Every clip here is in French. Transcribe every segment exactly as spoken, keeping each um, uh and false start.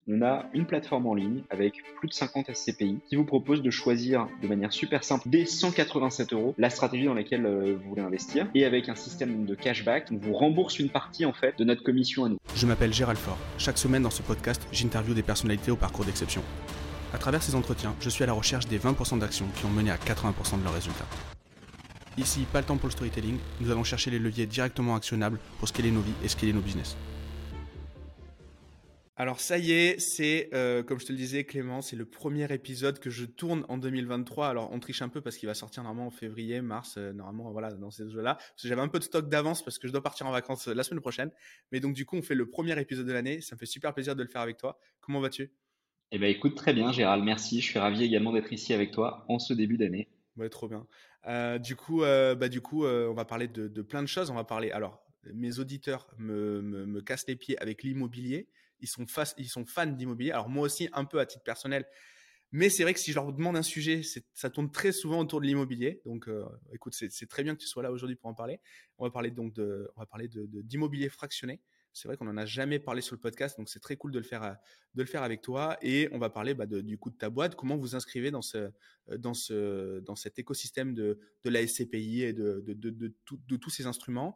on a une plateforme en ligne avec plus de cinquante S C P I qui vous propose de choisir de manière super simple, dès cent quatre-vingt-sept euros, la stratégie dans laquelle euh, vous voulez investir. Et avec un système de cashback, on vous rembourse une partie en fait de notre commission à nous. Je m'appelle Gérald Faure. Chaque semaine dans ce podcast, j'interviewe des personnalités au parcours d'exception. À travers ces entretiens, je suis à la recherche des vingt pour cent d'actions qui ont mené à quatre-vingts pour cent de leurs résultats. Ici, pas le temps pour le storytelling, nous allons chercher les leviers directement actionnables pour scaler nos vies et scaler nos business. Alors ça y est, c'est, euh, comme je te le disais Clément, c'est le premier épisode que je tourne en deux mille vingt-trois. Alors on triche un peu parce qu'il va sortir normalement en février, mars, euh, normalement voilà dans ces jeux-là. Parce que j'avais un peu de stock d'avance parce que je dois partir en vacances la semaine prochaine. Mais donc du coup on fait le premier épisode de l'année. Ça me fait super plaisir de le faire avec toi. Comment vas-tu ? Eh ben écoute, très bien Gérald, merci. Je suis ravi également d'être ici avec toi en ce début d'année. Ouais, trop bien. Euh, du coup, euh, bah du coup, euh, on va parler de, de plein de choses. On va parler. Alors, mes auditeurs me, me, me cassent les pieds avec l'immobilier. Ils sont, fa- ils sont fans d'immobilier. Alors moi aussi, un peu à titre personnel. Mais c'est vrai que si je leur demande un sujet, c'est, ça tourne très souvent autour de l'immobilier. Donc, euh, écoute, c'est, c'est très bien que tu sois là aujourd'hui pour en parler. On va parler donc de, on va parler de, de- d'immobilier fractionné. C'est vrai qu'on n'en a jamais parlé sur le podcast, donc c'est très cool de le faire, euh, de le faire avec toi. Et on va parler bah, de, du coup de ta boîte, comment vous inscrivez dans ce, euh, dans ce, dans cet écosystème de, de la S C P I et de, de, de, de, tout- de tous ces instruments.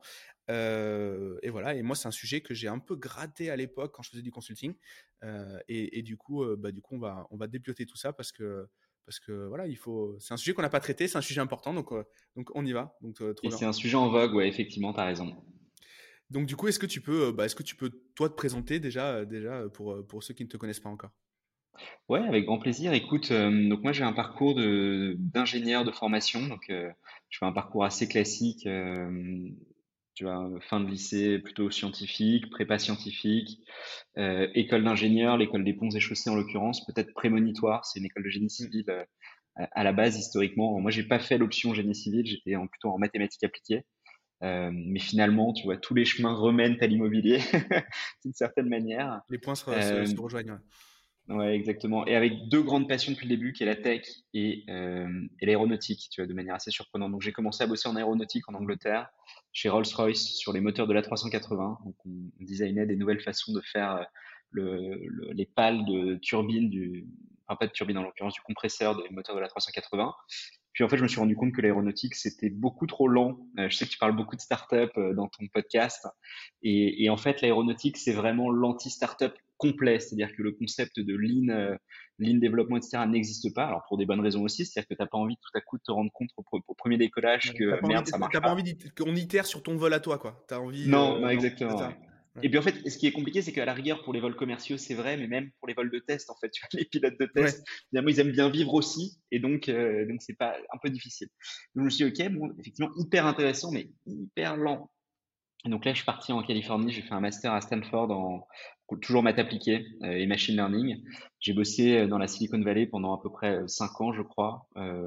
Euh, et voilà. Et moi, c'est un sujet que j'ai un peu gratté à l'époque quand je faisais du consulting. Euh, et, et du coup, euh, bah, du coup, on va, on va dépioter tout ça parce que, parce que voilà, il faut. C'est un sujet qu'on n'a pas traité, c'est un sujet important, donc, euh, donc on y va. Donc euh, trop Et bien. c'est un sujet en vogue, ouais, effectivement, tu as raison. Donc du coup, est-ce que tu peux, euh, bah, est-ce que tu peux toi te présenter déjà, euh, déjà euh, pour euh, pour ceux qui ne te connaissent pas encore. Ouais, avec grand plaisir. Écoute, euh, donc moi j'ai un parcours de d'ingénieur de formation, donc euh, je fais un parcours assez classique, euh, tu vois, fin de lycée plutôt scientifique, prépa scientifique, euh, école d'ingénieur, l'école des ponts et chaussées en l'occurrence, peut-être prémonitoire, c'est une école de génie Mm. civil euh, à à la base historiquement. Moi j'ai pas fait l'option génie civil, j'étais en, plutôt en mathématiques appliquées. Euh, mais finalement, tu vois, tous les chemins remènent à l'immobilier d'une certaine manière. Les points se, se, Euh, se rejoignent. Ouais. Ouais, exactement. Et avec deux grandes passions depuis le début, qui est la tech et, euh, et l'aéronautique, tu vois, de manière assez surprenante. Donc, j'ai commencé à bosser en aéronautique en Angleterre, chez Rolls-Royce, sur les moteurs de l'A trois cent quatre-vingts. Donc, on, on designait des nouvelles façons de faire euh, le, le- les pales de turbine du, enfin pas de turbine en l'occurrence, du compresseur des moteurs de l'A trois cent quatre-vingts. Puis en fait, je me suis rendu compte que l'aéronautique, c'était beaucoup trop lent. Euh, je sais que tu parles beaucoup de start-up euh, dans ton podcast. Et, et en fait, l'aéronautique, c'est vraiment l'anti-startup complet. C'est-à-dire que le concept de lean, euh, lean développement, et cetera n'existe pas. Alors pour des bonnes raisons aussi. C'est-à-dire que t'as pas envie tout à coup de te rendre compte au, pre- au premier décollage Ouais. T'as que pas envie, merde, ça t'as marche t'as pas pas. envie d'it- qu'on itère sur ton vol à toi, quoi. T'as envie, Non, euh, non, non, c'est exactement. Ouais. ça. Ouais. Et puis en fait, ce qui est compliqué, c'est qu'à la rigueur, pour les vols commerciaux, c'est vrai, mais même pour les vols de test, en fait, tu vois, les pilotes de Ouais. test, finalement, ils aiment bien vivre aussi, et donc, euh, donc c'est pas un peu difficile. Donc je me suis dit, ok, bon, effectivement, hyper intéressant, mais hyper lent. Et donc là, je suis parti en Californie, j'ai fait un master à Stanford en toujours maths appliquées euh, et machine learning. J'ai bossé euh, dans la Silicon Valley pendant à peu près euh, cinq ans, je crois. Euh,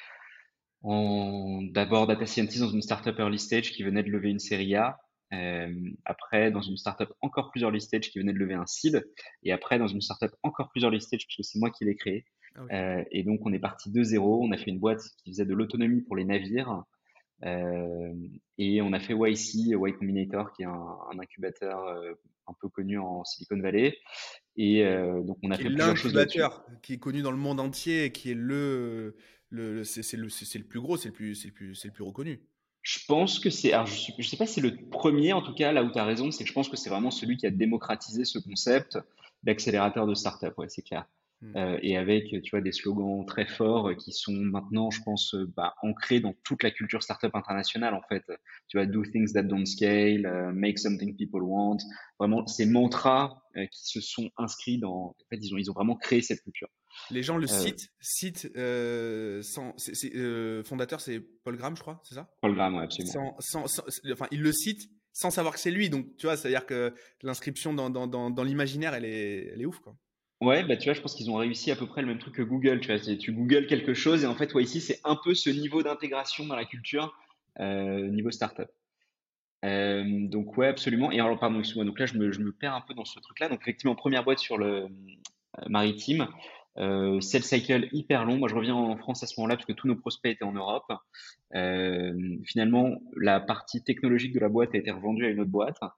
en d'abord data scientist dans une startup early stage qui venait de lever une série A. Euh, après, dans une startup encore plus early stage qui venait de lever un seed. Et après, dans une startup encore plus early stage, puisque c'est moi qui l'ai créée. Ah oui. Euh, et donc, on est parti de zéro. On a fait une boîte qui faisait de l'autonomie pour les navires. Euh, et on a fait Y C, Y Combinator, qui est un, un incubateur euh, un peu connu en Silicon Valley. Et euh, donc, on a Qui est fait plusieurs choses là-dessus. l'incubateur, qui est connu dans le monde entier, et qui est le, le, le- c'est, c'est le, c'est, c'est le plus gros, c'est le plus, c'est le plus, c'est le plus reconnu. Je pense que c'est, alors je, suis, je sais pas si c'est le premier, en tout cas, là où tu as raison, c'est que je pense que c'est vraiment celui qui a démocratisé ce concept d'accélérateur de start-up, ouais, c'est clair. Hmm. Euh, et avec, tu vois, des slogans très forts euh, qui sont maintenant, je pense, euh, bah, ancrés dans toute la culture start-up internationale, en fait. Tu vois, do things that don't scale, euh, make something people want. Vraiment, ces mantras euh, qui se sont inscrits dans, en fait, ils ont, ils ont vraiment créé cette culture. Les gens le Euh, citent, citent, euh, sans, c'est, c'est, euh, fondateur, c'est Paul Graham, je crois, c'est ça? Paul Graham, ouais, absolument. Sans, sans, sans- enfin, il le cite sans savoir que c'est lui. Donc, tu vois, c'est-à-dire que l'inscription dans, dans, dans, dans l'imaginaire, elle est, elle est ouf, quoi. Ouais, bah tu vois, je pense qu'ils ont réussi à peu près le même truc que Google. Tu vois, c'est- tu googles quelque chose et en fait, ouais, ici, c'est un peu ce niveau d'intégration dans la culture, euh, niveau startup. Euh, donc ouais, absolument. Et alors, pardon, excuse-moi. Donc là, je me, je me perds un peu dans ce truc-là. Donc effectivement, première boîte sur le euh, maritime, euh, sales cycle hyper long. Moi, je reviens en France à ce moment-là parce que tous nos prospects étaient en Europe. Euh, Finalement, la partie technologique de la boîte a été revendue à une autre boîte.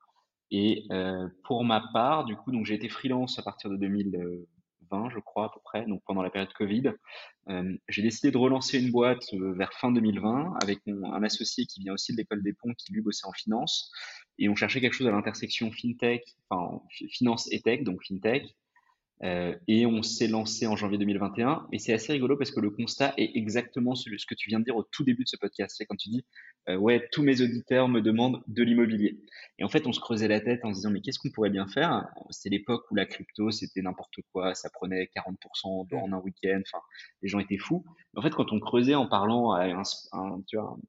Et euh, pour ma part, du coup, donc j'ai été freelance à partir de deux mille vingt, je crois, à peu près, donc pendant la période Covid. Euh, j'ai décidé de relancer une boîte euh, vers fin deux mille vingt avec mon, un associé qui vient aussi de l'école des ponts, qui lui bossait en finance. Et on cherchait quelque chose à l'intersection fintech, enfin finance et tech, donc fintech. Euh, et on s'est lancé en janvier deux mille vingt et un. Et un. Et c'est assez rigolo parce que le constat est exactement ce, ce que tu viens de dire au tout début de ce podcast. C'est quand tu dis, euh, ouais, tous mes auditeurs me demandent de l'immobilier. Et en fait, on se creusait la tête en se disant, mais qu'est-ce qu'on pourrait bien faire? C'est l'époque où la crypto, c'était n'importe quoi. Ça prenait quarante pour cent Hmm. en un week-end. Enfin, les gens étaient fous. Mais en fait, quand on creusait en parlant à un, un, tu vois,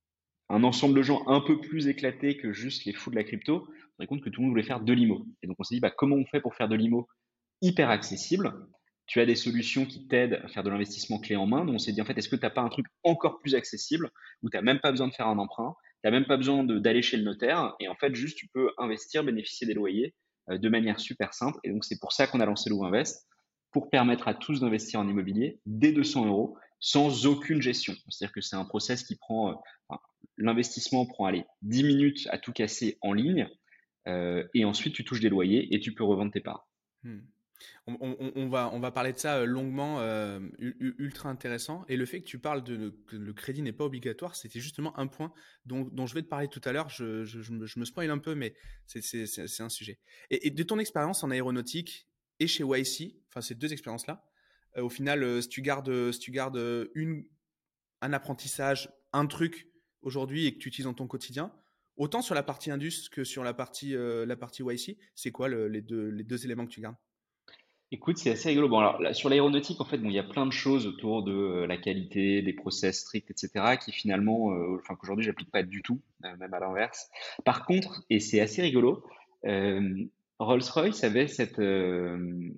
un ensemble de gens un peu plus éclatés que juste les fous de la crypto, on se rendait compte que tout le monde voulait faire de l'immo. Et donc, on s'est dit, bah, comment on fait pour faire de l'immo hyper accessible? Tu as des solutions qui t'aident à faire de l'investissement clé en main. Donc, on s'est dit, en fait, est-ce que tu n'as pas un truc encore plus accessible où tu n'as même pas besoin de faire un emprunt, tu n'as même pas besoin de- d'aller chez le notaire et en fait, juste, tu peux investir, bénéficier des loyers euh, de manière super simple. Et donc, c'est pour ça qu'on a lancé Loup Invest pour permettre à tous d'investir en immobilier dès deux cents euros sans aucune gestion. C'est-à-dire que c'est un process qui prend, euh, enfin, l'investissement prend, allez, dix minutes à tout casser en ligne euh, et ensuite, tu touches des loyers et tu peux revendre tes parts. Hmm. On, on- on va, on va parler de ça euh, longuement, euh, u- u- ultra intéressant. Et le fait que tu parles de que le crédit n'est pas obligatoire, c'était justement un point dont, dont je vais te parler tout à l'heure. Je, je, je me, je me spoil un peu, mais c'est c'est- c'est- c'est un sujet. Et, et de ton expérience en aéronautique et chez Y C, enfin ces deux expériences-là, euh, au final, euh, si tu gardes, euh, si tu gardes euh, une, un apprentissage, un truc aujourd'hui et que tu utilises dans ton quotidien, autant sur la partie Indus que sur la partie, euh, la partie Y C, c'est quoi le- les deux, les deux éléments que tu gardes? Écoute, c'est assez rigolo. Bon, alors, là, sur l'aéronautique, en fait, bon, il y a plein de choses autour de euh, la qualité, des process stricts, et cetera, qui finalement, euh, enfin, qu'aujourd'hui, j'applique pas du tout, euh, même à l'inverse. Par contre, et c'est assez rigolo, euh, Rolls-Royce avait cette, euh,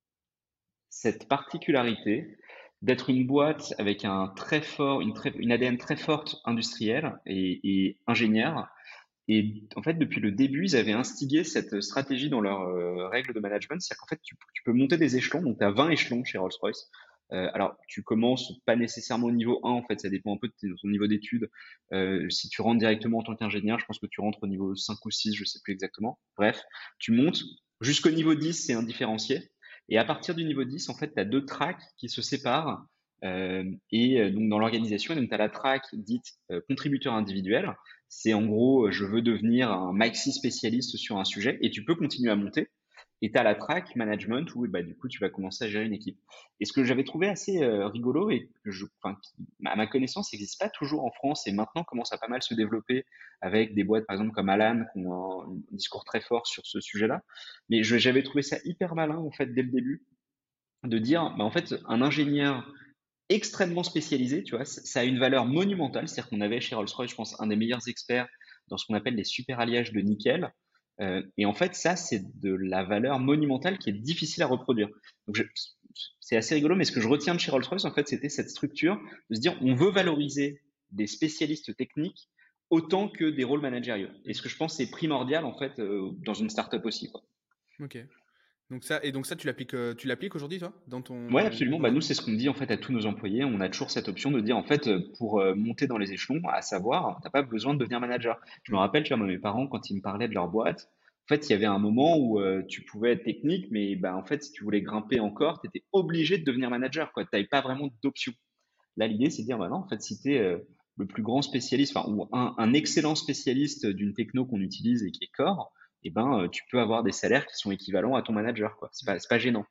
cette particularité d'être une boîte avec un très fort, une, très, une A D N très forte industrielle et, et ingénieur. Et en fait, depuis le début, ils avaient instigé cette stratégie dans leurs euh, règles de management. C'est-à-dire qu'en fait, tu, tu peux monter des échelons. Donc, tu as vingt échelons chez Rolls-Royce. Euh, alors, tu commences pas nécessairement au niveau un, en fait, ça dépend un peu de tes- ton niveau d'études. Euh, si tu rentres directement en tant qu'ingénieur, je pense que tu rentres au niveau cinq ou six, je sais plus exactement. Bref, tu montes. Jusqu'au niveau dix, c'est un différencié. Et à partir du niveau dix, en fait, tu as deux tracks qui se séparent. Euh, et euh, donc, dans l'organisation, donc tu as la track dite euh, contributeur individuel. C'est en gros, je veux devenir un maxi spécialiste sur un sujet et tu peux continuer à monter. Et tu as la track management où bah, du coup, tu vas commencer à gérer une équipe. Et ce que j'avais trouvé assez euh, rigolo et que je, enfin, qui, à ma connaissance, n'existe pas toujours en France et maintenant commence à pas mal se développer avec des boîtes, par exemple, comme Alan, qui ont un, un discours très fort sur ce sujet-là. Mais je- j'avais trouvé ça hyper malin, en fait, dès le début, de dire, bah, en fait, un ingénieur extrêmement spécialisé, tu vois, ça a une valeur monumentale. C'est-à-dire qu'on avait chez Rolls-Royce, je pense, un des meilleurs experts dans ce qu'on appelle les super alliages de nickel. Euh, et en fait, ça, c'est de la valeur monumentale qui est difficile à reproduire. Donc, je- c'est assez rigolo, mais ce que je retiens de chez Rolls-Royce, en fait, c'était cette structure de se dire, on veut valoriser des spécialistes techniques autant que des rôles managériaux. Et ce que je pense, c'est primordial, en fait, euh, dans une startup aussi, quoi. Ok. Donc ça, et donc ça, tu l'appliques, euh, tu l'appliques aujourd'hui, toi, dans Ouais, ton, absolument. dans Bah, ta- nous, c'est ce qu'on dit en fait à tous nos employés. On a toujours cette option de dire en fait, euh, pour euh, monter dans les échelons, à savoir, t'as pas besoin de devenir manager. Je me Hmm. rappelle, tu vois, moi, mes parents, quand ils me parlaient de leur boîte, en fait, il y avait un moment où euh, tu pouvais être technique, mais bah, en fait, si tu voulais grimper encore, tu étais obligé de devenir manager, quoi. Tu n'avais pas vraiment d'option. Là, l'idée, c'est de dire, bah non, en fait, si tu es le plus grand spécialiste, enfin, ou un, un excellent spécialiste d'une techno qu'on utilise et qui est core, eh ben, euh, tu peux avoir des salaires qui sont équivalents à ton manager, quoi. C'est pas, c'est pas gênant.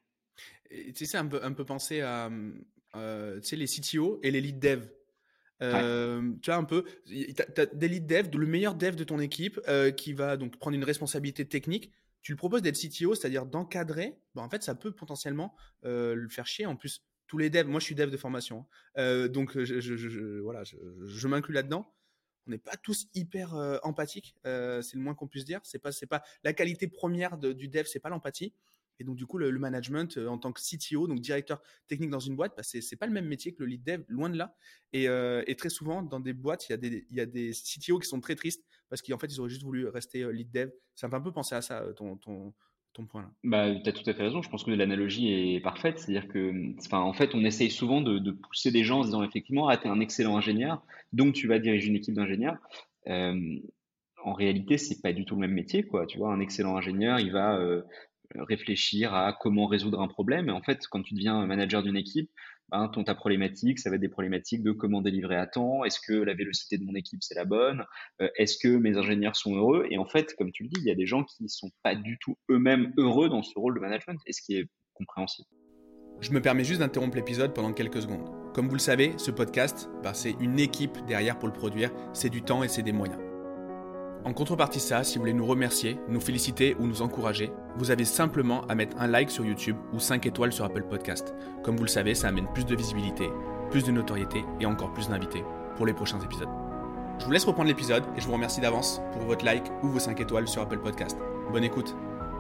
Et tu sais, un peu, un peu penser à, euh, tu sais, les C T O et les lead dev. Ouais. Euh, tu vois un peu, t'as, t'as des lead dev, le meilleur dev de ton équipe euh, qui va donc prendre une responsabilité technique. Tu lui proposes d'être C T O, c'est-à-dire d'encadrer. Bon, en fait, ça peut potentiellement euh, le faire chier. En plus, tous les devs, moi je suis dev de formation, hein. Euh, donc je, je, je, je- voilà, je, je m'inclus là-dedans. On n'est pas tous hyper euh, empathiques, euh, c'est le moins qu'on puisse dire. C'est pas, c'est pas la qualité première de- du dev, c'est pas l'empathie. Et donc du coup, le, le management euh, en tant que C T O, donc directeur technique dans une boîte, bah, c'est, c'est pas le même métier que le lead dev, loin de là. Et, euh, et très souvent, dans des boîtes, il y a des, il y a des C T O qui sont très tristes parce qu'en fait, ils auraient juste voulu rester euh, lead dev. Ça me fait un peu penser à ça, euh, ton, ton, ton point là. Bah, tu as tout à fait raison. Je pense que l'analogie est parfaite. C'est-à-dire que, enfin, en fait, on essaye souvent de, de pousser des gens en se disant effectivement, ah, tu es un excellent ingénieur, donc tu vas diriger une équipe d'ingénieurs. Euh, en réalité, c'est pas du tout le même métier, quoi. Tu vois, un excellent ingénieur, il va euh, réfléchir à comment résoudre un problème. Et en fait, quand tu deviens manager d'une équipe, ben, ton, ta problématique, ça va être des problématiques de comment délivrer à temps. Est-ce que la vélocité de mon équipe, c'est la bonne? Euh, Est-ce que mes ingénieurs sont heureux? Et en fait, comme tu le dis, il y a des gens qui sont pas du tout eux-mêmes heureux dans ce rôle de management, et ce qui est compréhensible. Je me permets juste d'interrompre l'épisode pendant quelques secondes. Comme vous le savez, ce podcast, bah, c'est une équipe derrière pour le produire, c'est du temps et c'est des moyens. En contrepartie de ça, si vous voulez nous remercier, nous féliciter ou nous encourager, vous avez simplement à mettre un like sur YouTube ou cinq étoiles sur Apple Podcast. Comme vous le savez, ça amène plus de visibilité, plus de notoriété et encore plus d'invités pour les prochains épisodes. Je vous laisse reprendre l'épisode et je vous remercie d'avance pour votre like ou vos cinq étoiles sur Apple Podcast. Bonne écoute.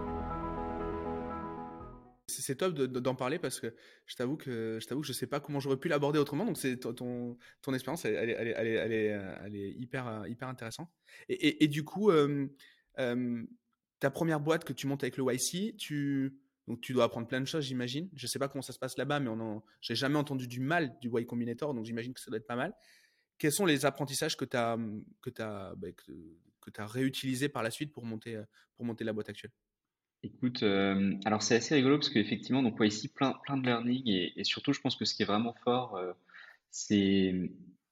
C'est top de, de, d'en parler parce que je t'avoue que je t'avoue que je sais pas comment j'aurais pu l'aborder autrement. Donc c'est ton ton, ton expérience, elle, elle, elle, elle, est, elle, est, elle est hyper hyper intéressante. Et, et, et du coup, euh, euh, ta première boîte que tu montes avec le Y C, tu donc tu dois apprendre plein de choses, j'imagine. Je sais pas comment ça se passe là-bas, mais on en, j'ai jamais entendu du mal du Y Combinator, donc j'imagine que ça doit être pas mal. Quels sont les apprentissages que tu as que t'as, bah, que, que t'as réutilisés par la suite pour monter pour monter la boîte actuelle? Écoute, euh, alors c'est assez rigolo parce qu'effectivement, donc ouais, ici plein, plein de learning et, et surtout, je pense que ce qui est vraiment fort, euh, c'est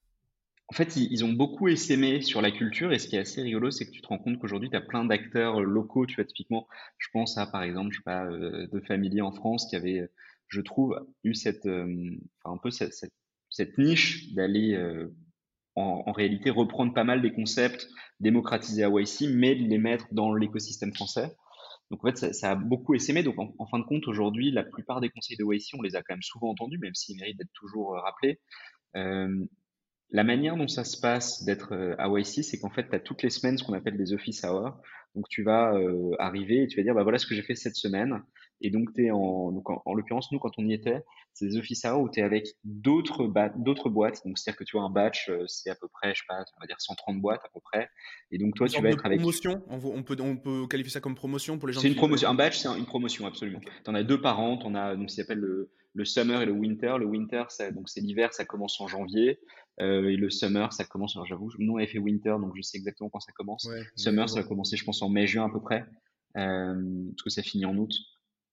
en fait, ils, ils ont beaucoup essaimé sur la culture et ce qui est assez rigolo, c'est que tu te rends compte qu'aujourd'hui, tu as plein d'acteurs euh, locaux. Tu vois, typiquement, je pense à par exemple, je sais pas, euh, de Family en France qui avait, je trouve, eu cette, euh, enfin un peu cette, cette, cette niche d'aller euh, en, en réalité reprendre pas mal des concepts démocratisés à Y C, mais de les mettre dans l'écosystème français. Donc en fait, ça, ça a beaucoup essaimé. Donc en, en fin de compte, aujourd'hui, la plupart des conseils de Y C, on les a quand même souvent entendus, même s'ils méritent d'être toujours euh, rappelés. Euh, la manière dont ça se passe d'être euh, à Y C, c'est qu'en fait, tu as toutes les semaines ce qu'on appelle des office hours. Donc, tu vas euh, arriver et tu vas dire, bah voilà ce que j'ai fait cette semaine. Et donc, t'es en, donc en, en l'occurrence, nous, quand on y était, c'est des office hours où tu es avec d'autres ba- d'autres boîtes. Donc, c'est-à-dire que tu vois, un batch, euh, c'est à peu près, je sais pas, on va dire cent trente boîtes à peu près. Et donc, toi, Une tu sorte vas de être avec promotion, on, on peut, on peut qualifier ça comme promotion pour les gens c'est une qui promotion. connaissent. Un badge, c'est un- une promotion, absolument. Ok. Tu en as deux par an. T'en as donc, ce qui s'appelle le, le summer et le winter. Le winter, ça, donc c'est l'hiver, ça commence en janvier. Euh, et le summer, ça commence, alors j'avoue, nous on avait fait winter, donc je sais exactement quand ça commence. Ouais, mai, Summer, ça va novembre. commencer, je pense, en mai-juin à peu près. Euh, parce que ça finit en août.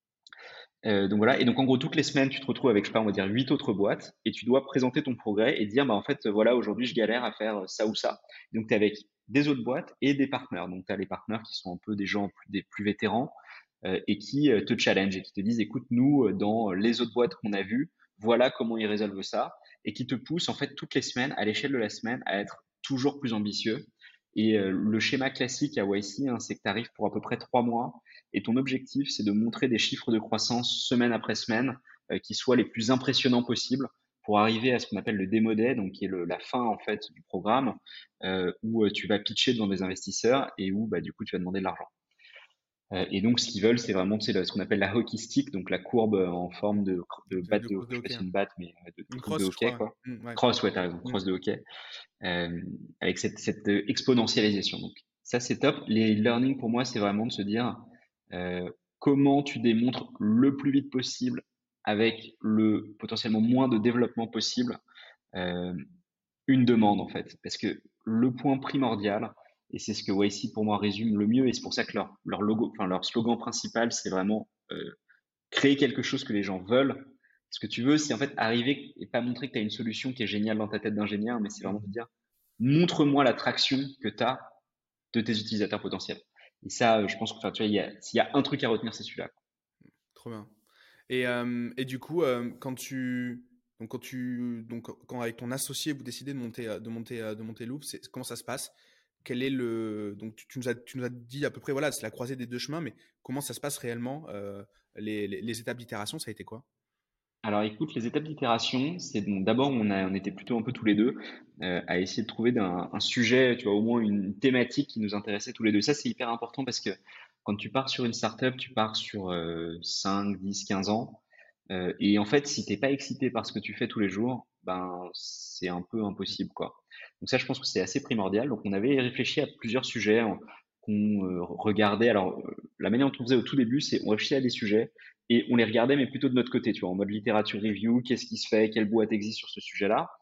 Euh, donc voilà. Et donc en gros, toutes les semaines, tu te retrouves avec, je sais pas, on va dire huit autres boîtes et tu dois présenter ton progrès et dire, bah en fait, voilà, aujourd'hui, je galère à faire ça ou ça. Donc tu es avec des autres boîtes et des partenaires. Donc tu as les partenaires qui sont un peu des gens plus, des plus vétérans euh, et qui euh, te challenge et qui te disent, écoute, nous, euh, dans les autres boîtes qu'on a vues, voilà comment ils résolvent ça et qui te poussent en fait toutes les semaines, à l'échelle de la semaine, à être toujours plus ambitieux. Et euh, le schéma classique à Y C, hein, c'est que tu arrives pour à peu près trois mois et ton objectif, c'est de montrer des chiffres de croissance semaine après semaine euh, qui soient les plus impressionnants possibles pour arriver à ce qu'on appelle le démo day, donc qui est le, la fin en fait du programme, euh, où euh, tu vas pitcher devant des investisseurs et où bah, du coup tu vas demander de l'argent. Euh, et donc, ce qu'ils veulent, c'est vraiment, tu sais, ce qu'on appelle la hockey stick, donc la courbe euh, en forme de, de De, batte de de, course de je sais pas hockey. si c'est Hein. une batte, mais euh, de Une truc de crosse, je hockey, crois. quoi. Mm, ouais. Cross, ouais, t'as raison, Mm. cross de hockey, euh, avec cette, cette euh, exponentialisation. Donc, ça, c'est top. Les learning pour moi, c'est vraiment de se dire euh, comment tu démontres le plus vite possible, avec le potentiellement moins de développement possible, euh, une demande en fait. Parce que le point primordial, et c'est ce que Y C pour moi résume le mieux, et c'est pour ça que leur, leur logo, enfin leur slogan principal, c'est vraiment euh, créer quelque chose que les gens veulent. Ce que tu veux, c'est en fait arriver et pas montrer que tu as une solution qui est géniale dans ta tête d'ingénieur, mais c'est vraiment de dire montre-moi l'attraction que tu as de tes utilisateurs potentiels. Et ça, je pense que enfin, tu vois, il y a, s'il y a un truc à retenir, c'est celui-là. Trop bien. Et, euh, et du coup, euh, quand tu, donc quand tu, donc quand avec ton associé vous décidez de monter, euh, de monter, euh, de monter Loop, c'est, comment ça se passe? Quel est le, donc tu, tu nous as, tu nous as dit à peu près, voilà, c'est la croisée des deux chemins, mais comment ça se passe réellement? euh, les, les, les étapes d'itération, ça a été quoi? Alors écoute, les étapes d'itération, c'est donc d'abord on a, on était plutôt un peu tous les deux euh, à essayer de trouver d'un, un sujet, tu vois, au moins une thématique qui nous intéressait tous les deux. Ça c'est hyper important parce que quand tu pars sur une startup, tu pars sur euh, cinq, dix, quinze ans. Euh, et en fait, si t'es pas excité par ce que tu fais tous les jours, ben c'est un peu impossible quoi. Donc ça, je pense que c'est assez primordial. Donc on avait réfléchi à plusieurs sujets hein, qu'on euh, regardait. Alors euh, la manière dont on faisait au tout début, c'est on réfléchissait à des sujets et on les regardait, mais plutôt de notre côté, tu vois, en mode littérature review, qu'est-ce qui se fait, quelle boîte existe sur ce sujet-là.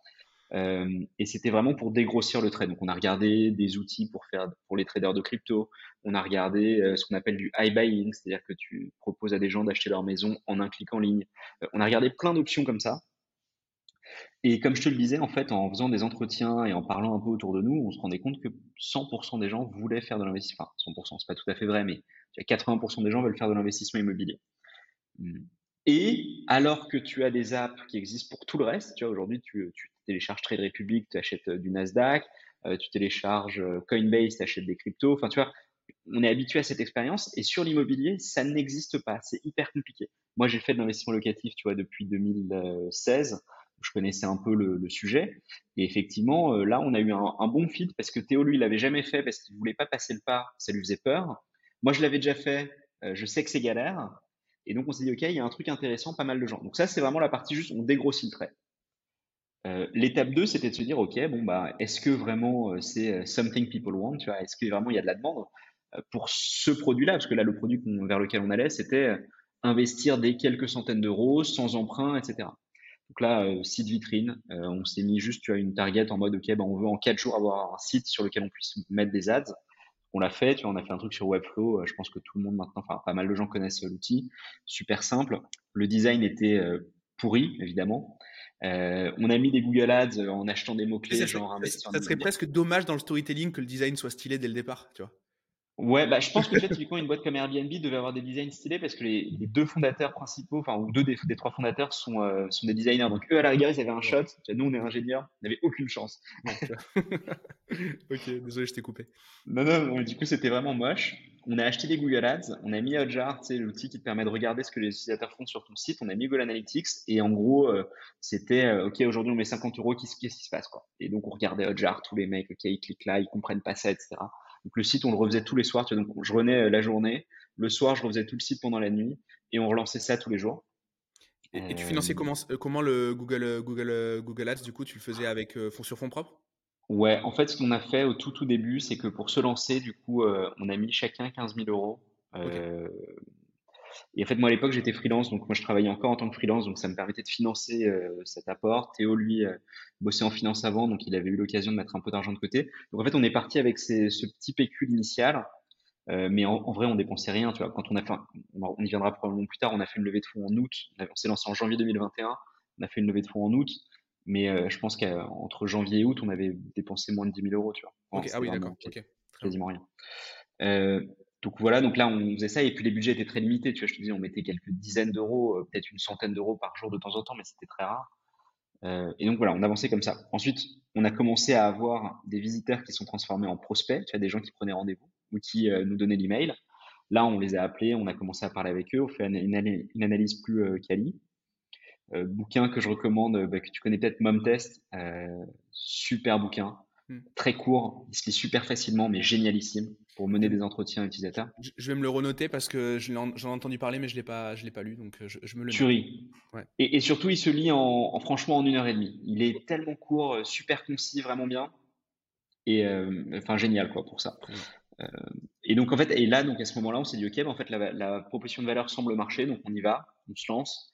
Euh, et c'était vraiment pour dégrossir le trade. Donc, on a regardé des outils pour faire pour les traders de crypto. On a regardé euh, ce qu'on appelle du iBuying, c'est-à-dire que tu proposes à des gens d'acheter leur maison en un clic en ligne. Euh, on a regardé plein d'options comme ça. Et comme je te le disais, en fait, en faisant des entretiens et en parlant un peu autour de nous, on se rendait compte que cent pour cent des gens voulaient faire de l'investissement. Enfin, cent pour cent, c'est pas tout à fait vrai, mais quatre-vingts pour cent des gens veulent faire de l'investissement immobilier. Et alors que tu as des apps qui existent pour tout le reste, tu vois, aujourd'hui, tu, tu télécharges Trade Republic, tu achètes du Nasdaq, euh, tu télécharges Coinbase, tu achètes des cryptos. Enfin, tu vois, on est habitué à cette expérience et sur l'immobilier, ça n'existe pas. C'est hyper compliqué. Moi, j'ai fait de l'investissement locatif, tu vois, depuis deux mille seize. Je connaissais un peu le, le sujet. Et effectivement, euh, là, on a eu un, un bon fit parce que Théo, lui, il l'avait jamais fait parce qu'il voulait pas passer le pas. Ça lui faisait peur. Moi, je l'avais déjà fait. Euh, je sais que c'est galère. Et donc, on s'est dit, OK, il y a un truc intéressant, pas mal de gens. Donc ça, c'est vraiment la partie juste, on dégrossit le trait. Euh, l'étape deux, c'était de se dire, OK, bon, bah, est-ce que vraiment euh, c'est euh, something people want, tu vois, est-ce que vraiment il y a de la demande euh, pour ce produit-là? Parce que là, le produit vers lequel on allait, c'était euh, investir des quelques centaines d'euros sans emprunt, et cetera. Donc là, euh, site vitrine, euh, on s'est mis juste, tu as une target en mode, OK, bah, on veut en quatre jours avoir un site sur lequel on puisse mettre des ads. On l'a fait, tu vois, on a fait un truc sur Webflow. euh, Je pense que tout le monde maintenant, enfin, pas mal de gens connaissent l'outil. Super simple. Le design était euh, pourri, évidemment. Euh, on a mis des Google Ads euh, en achetant des Et ça mots-clés, serait, genre ça, investir en ça serait immobilier. presque dommage dans le storytelling que le design soit stylé dès le départ, tu vois. Ouais, bah, je pense que tu vois, typiquement, une boîte comme Airbnb devait avoir des designs stylés parce que les, les deux fondateurs principaux, enfin, ou deux des, des trois fondateurs sont, euh, sont des designers. Donc, eux, à la rigueur, ils avaient un Ouais. shot. Tu vois, nous, on est ingénieurs, on n'avait aucune chance. Ouais, tu vois. Ok, désolé, je t'ai coupé. Non, non, non, du coup, c'était vraiment moche. On a acheté des Google Ads, on a mis Hotjar, tu sais, l'outil qui te permet de regarder ce que les utilisateurs font sur ton site. On a mis Google Analytics et en gros, euh, c'était euh, OK, aujourd'hui on met cinquante euros, qu'est-ce qu'est-ce qui se passe quoi? Et donc on regardait Hotjar, tous les mecs, OK, ils cliquent là, ils comprennent pas ça, et cetera. Donc le site, on le refaisait tous les soirs. Tu vois, donc je revenais euh, la journée, le soir, je refaisais tout le site pendant la nuit et on relançait ça tous les jours. Et, et tu Euh, finançais comment, euh, comment le Google, euh, Google, euh, Google Ads, du coup, tu le faisais avec euh, fonds sur fonds propres? ouais, en fait, ce qu'on a fait au tout tout début, c'est que pour se lancer, du coup, euh, on a mis chacun quinze mille euros. Ok. Euh, Et en fait, moi, à l'époque, j'étais freelance, donc moi, je travaillais encore en tant que freelance, donc ça me permettait de financer euh, cet apport. Théo, lui, euh, bossait en finance avant, donc il avait eu l'occasion de mettre un peu d'argent de côté. Donc en fait, on est parti avec ces- ce petit pécule initial, euh, mais en, en vrai, on dépensait rien, tu vois. Quand on a fait, un- on on y viendra probablement plus tard, on a fait une levée de fonds en août. On, a- on s'est lancé en janvier deux mille vingt et un. On a fait une levée de fonds en août, mais euh, je pense qu'entre janvier et août, on avait dépensé moins de dix mille euros, tu vois. Enfin, Ok, ah c'était oui, vraiment d'accord. quasi- Ok, très bien. quasiment rien. Euh, donc voilà, donc là on faisait ça et puis les budgets étaient très limités. Tu vois, je te dis, on mettait quelques dizaines d'euros, euh, peut-être une centaine d'euros par jour de temps en temps, mais c'était très rare. Euh, et donc voilà, on avançait comme ça. Ensuite, on a commencé à avoir des visiteurs qui sont transformés en prospects, tu vois, des gens qui prenaient rendez-vous ou qui euh, nous donnaient l'email. Là, on les a appelés, on a commencé à parler avec eux, on fait une, une, une analyse plus euh, quali. Euh, bouquin que je recommande, euh, bah, que tu connais peut-être, Mom Test, euh, super bouquin, Hmm. très court, il se lit super facilement, mais génialissime pour mener Je, des entretiens utilisateurs. je- je vais me le renoter parce que je l'ai en- j'en ai entendu parler, mais je l'ai pas, je l'ai pas lu, donc euh, je, je me le note. Tuerie. Ouais. Et, et surtout, il se lit en, en franchement en une heure et demie. Il est tellement court, euh, super concis, vraiment bien. Et euh, enfin génial quoi pour ça. Trop bien. Euh, et donc en fait, et là donc à ce moment-là, on s'est dit ok, bah, en fait la, la proposition de valeur semble marcher, donc on y va, on se lance.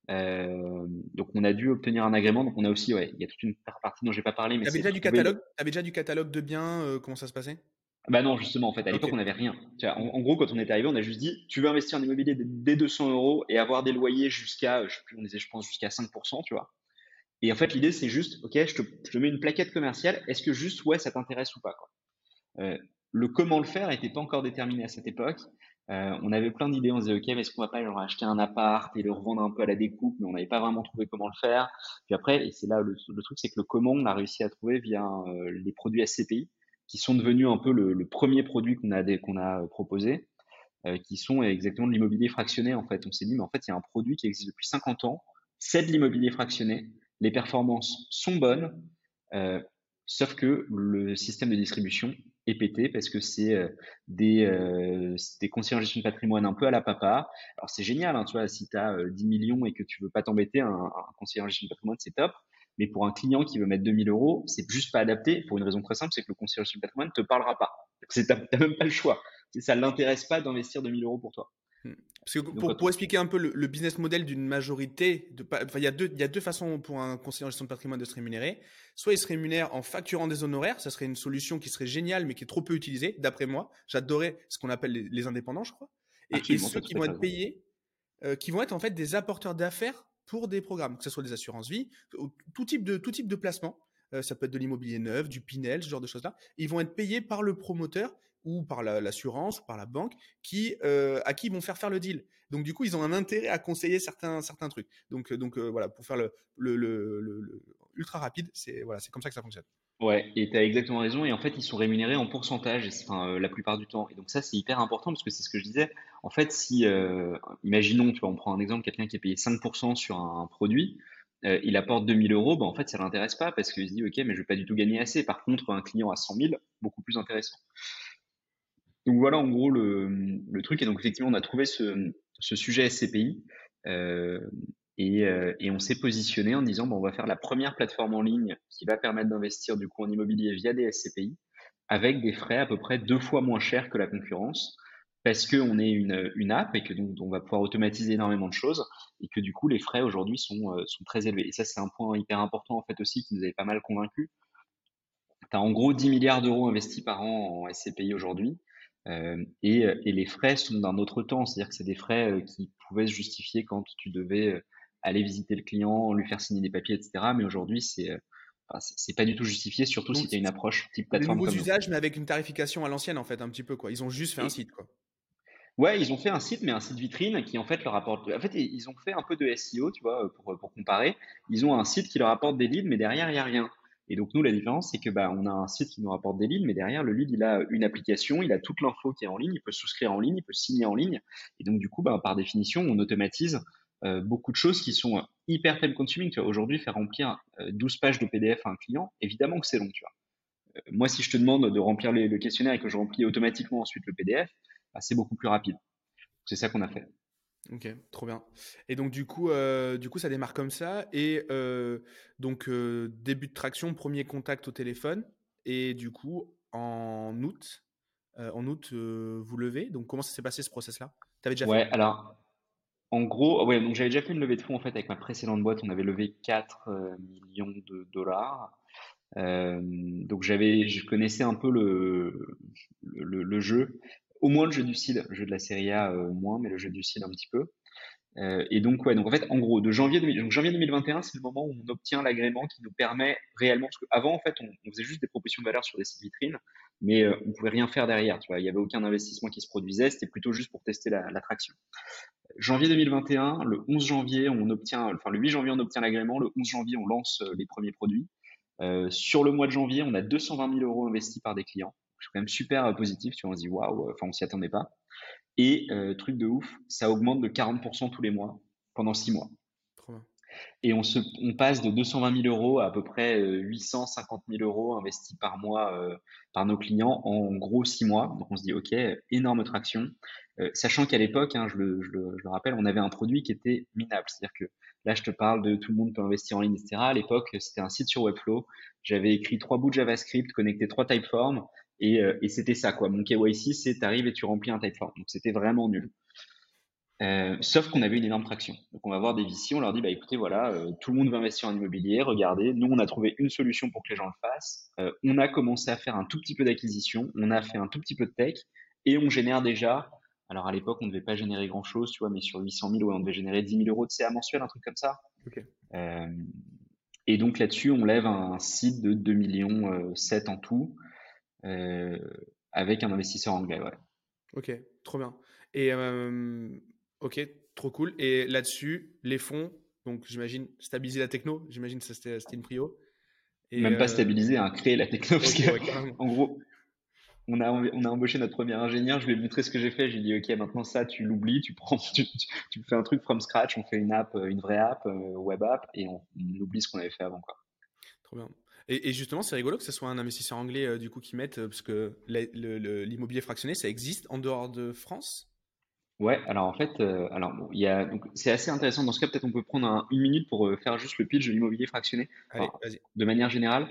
Euh, donc on a dû obtenir un agrément, donc on a aussi ouais, il y a toute une partie dont j'ai pas parlé, mais T'avais c'est déjà du trouver le. catalogue? T'avais déjà du catalogue de biens? euh, comment ça se passait? Bah non justement en fait à Ok. l'époque on n'avait rien. Tu vois, en, Hmm. en gros quand on est arrivé, on a juste dit tu veux investir en immobilier dès dès deux cents euros et avoir des loyers jusqu'à, je sais plus, on disait je pense jusqu'à cinq pour cent, tu vois. Et en fait, l'idée, c'est juste, OK, je te, je te mets une plaquette commerciale. Est-ce que juste, ouais, ça t'intéresse ou pas, quoi. Euh, le comment le faire n'était pas encore déterminé à cette époque. Euh, on avait plein d'idées. On se disait, OK, mais est-ce qu'on va pas genre, acheter un appart et le revendre un peu à la découpe, mais on n'avait pas vraiment trouvé comment le faire. Puis après, et c'est là le, le truc, c'est que le comment, on a réussi à trouver via euh, les produits S C P I, qui sont devenus un peu le, le premier produit qu'on a, des- qu'on a euh, proposé, euh, qui sont exactement de l'immobilier fractionné, en fait. On s'est dit, mais en fait, il y a un produit qui existe depuis cinquante ans, c'est de l'immobilier fractionné, les performances sont bonnes, euh, sauf que le système de distribution est pété parce que c'est euh, des, euh, des conseillers en gestion de patrimoine un peu à la papa. Alors c'est génial, hein, tu vois, si tu as euh, dix millions et que tu veux pas t'embêter, un, un conseiller en gestion de patrimoine, c'est top. Mais pour un client qui veut mettre deux mille euros, c'est juste pas adapté pour une raison très simple, c'est que le conseiller en gestion de patrimoine te parlera pas. Tu n'as même pas le choix. Ça ne l'intéresse pas d'investir deux mille euros pour toi. Hmm. Parce que Donc, pour, quand pour expliquer un peu le, le business model d'une majorité, de, pa- enfin, il y a deux, il y a deux façons pour un conseiller en gestion de patrimoine de se rémunérer. Soit il se rémunère en facturant des honoraires, ça serait une solution qui serait géniale, mais qui est trop peu utilisée, d'après moi. J'adorais ce qu'on appelle les, les indépendants, je crois. Et, et absolument, tu ceux as tout qui à vont fait être raison. payés, euh, qui vont être en fait des apporteurs d'affaires pour des programmes, que ce soit des assurances vie, ou tout type de, tout type de placement. Euh, ça peut être de l'immobilier neuf, du Pinel, ce genre de choses-là. Ils vont être payés par le promoteur ou par la- l'assurance ou par la banque qui, euh, à qui ils vont faire faire le deal. Donc du coup, ils ont un intérêt à conseiller certains, certains trucs. Donc, euh, donc euh, voilà, pour faire le, le, le, le- le ultra rapide, c'est voilà, c'est comme ça que ça fonctionne. Ouais, et tu as exactement raison. Et en fait, ils sont rémunérés en pourcentage, et c'est- enfin, euh, la plupart du temps. Et donc ça, c'est hyper important parce que c'est ce que je disais. En fait, si, euh, imaginons, tu vois, on prend un exemple, quelqu'un qui est payé cinq pour cent sur un produit, euh, il apporte deux mille euros, bah, en fait, ça l'intéresse pas parce qu'il se dit, OK, mais je vais pas du tout gagner assez. Par contre, un client à cent mille, beaucoup plus intéressant. Donc voilà, en gros, le, le truc. Et donc, effectivement, on a trouvé ce, ce sujet S C P I. euh, et, euh, et on s'est positionné en disant, bon, on va faire la première plateforme en ligne qui va permettre d'investir du coup en immobilier via des S C P I avec des frais à peu près deux fois moins chers que la concurrence parce qu'on est une, une app et que donc on va pouvoir automatiser énormément de choses et que du coup les frais aujourd'hui sont, euh, sont très élevés. Et ça, c'est un point hyper important en fait aussi qui nous avait pas mal convaincus. Tu as en gros dix milliards d'euros investis par an en S C P I aujourd'hui. Euh, et, et les frais sont d'un autre temps, c'est-à-dire que c'est des frais euh, qui pouvaient se justifier quand tu devais euh, aller visiter le client, lui faire signer des papiers, et cetera. Mais aujourd'hui, c'est euh, enfin, c'est c'est pas du tout justifié, surtout si Donc tu as une approche type c'est des plateforme nouveaux comme nous. usages, mais avec une tarification à l'ancienne en fait, un petit peu quoi. Ils ont juste fait un Et site quoi. ouais, ils ont fait un site, mais un site vitrine qui en fait leur apporte. En fait, ils ont fait un peu de S E O, tu vois, pour, pour comparer. Ils ont un site qui leur apporte des leads, mais derrière, il n'y a rien. Et donc, nous, la différence, c'est que bah, on a un site qui nous rapporte des leads, mais derrière, le lead, il a une application, il a toute l'info qui est en ligne, il peut souscrire en ligne, il peut signer en ligne. Et donc, du coup, bah, par définition, on automatise euh, beaucoup de choses qui sont euh, hyper time consuming. Tu vois, aujourd'hui, faire remplir euh, douze pages de P D F à un client, évidemment que c'est long, tu vois. Euh, moi, si je te demande de remplir les- le questionnaire et que je remplis automatiquement ensuite le P D F, bah, c'est beaucoup plus rapide. C'est ça qu'on a fait. Ok, trop bien. Et donc du coup, euh, du coup, ça démarre comme ça. Et euh, donc euh, début de traction, premier contact au téléphone. Et du coup, en août, euh, en août, euh, vous levez. Donc comment ça s'est passé ce process-là? T'avais déjà fait? Ouais, alors en gros, ouais, donc j'avais déjà fait une levée de fonds en fait avec ma précédente boîte, on avait levé quatre euh, millions de dollars. Euh, donc j'avais, je connaissais un peu le, le, le jeu, au moins le jeu du CID, le jeu de la Serie A euh, moins, mais le jeu du CID un petit peu. Euh, et donc, ouais, donc en fait, en gros, de janvier, deux mille donc janvier deux mille vingt et un, c'est le moment où on obtient l'agrément qui nous permet réellement, parce qu'avant, en fait, on, on faisait juste des propositions de valeur sur des sites vitrines, mais euh, on pouvait rien faire derrière, tu vois, il y avait aucun investissement qui se produisait, c'était plutôt juste pour tester la- l'attraction. Janvier deux mille vingt et un, le onze janvier, on obtient, enfin le huit janvier, on obtient l'agrément, le onze janvier, on lance euh, les premiers produits. Euh, sur le mois de janvier, on a deux cent vingt mille euros investis par des clients. C'est quand même super euh, positif, tu vois, on se dit waouh, enfin on s'y attendait pas. Et euh, truc de ouf, ça augmente de quarante pour cent tous les mois pendant six mois. Trop bien. Et on, se, on passe de deux cent vingt mille euros à à peu près euh, huit cent cinquante mille euros investis par mois euh, par nos clients en gros six mois. Donc on se dit, OK, énorme traction. Euh, sachant qu'à l'époque, hein, je, le, je, le, je le rappelle, on avait un produit qui était minable. C'est-à-dire que là, je te parle de tout le monde peut investir en ligne, et cetera. À l'époque, c'était un site sur Webflow. J'avais écrit trois bouts de JavaScript, connecté trois typeforms. Et, euh, et c'était ça, quoi. Mon K Y C, c'est t'arrives et tu remplis un typeform. Donc c'était vraiment nul. Euh, sauf qu'on avait une énorme traction. Donc on va voir des V C, on leur dit bah écoutez voilà, euh, tout le monde veut investir en immobilier, regardez, nous on a trouvé une solution pour que les gens le fassent. Euh, on a commencé à faire un tout petit peu d'acquisition, on a fait un tout petit peu de tech et on génère déjà. Alors à l'époque on ne devait pas générer grand chose, tu vois, mais sur huit cent mille, ouais, on devait générer dix mille euros de C A mensuel, un truc comme ça. Ok. Euh, et donc là-dessus on lève un site de deux millions euh, sept en tout euh, avec un investisseur anglais. Ouais. Ok, trop bien. Et euh, ok, trop cool. Et là-dessus, les fonds, donc j'imagine stabiliser la techno, j'imagine que ça, c'était c'était une prio. Et Même pas euh, stabiliser, hein, créer la techno parce ok, que ouais, carrément. en gros on a, on a embauché notre premier ingénieur, je lui ai montré ce que j'ai fait, je lui ai dit ok maintenant ça tu l'oublies, tu prends, tu, tu, tu fais un truc from scratch, on fait une app, une vraie app, euh, web app et on, on oublie ce qu'on avait fait avant quoi. Trop bien. Et, et justement, c'est rigolo que ce soit un investisseur anglais euh, du coup qui mette, euh, parce que la- le- le- l'immobilier fractionné, ça existe en dehors de France? Ouais, alors en fait, euh, alors bon, il y a donc c'est assez intéressant dans ce cas peut-être on peut prendre un- une minute pour euh, faire juste le pitch de l'immobilier fractionné. Allez, Enfin, vas-y. de manière générale,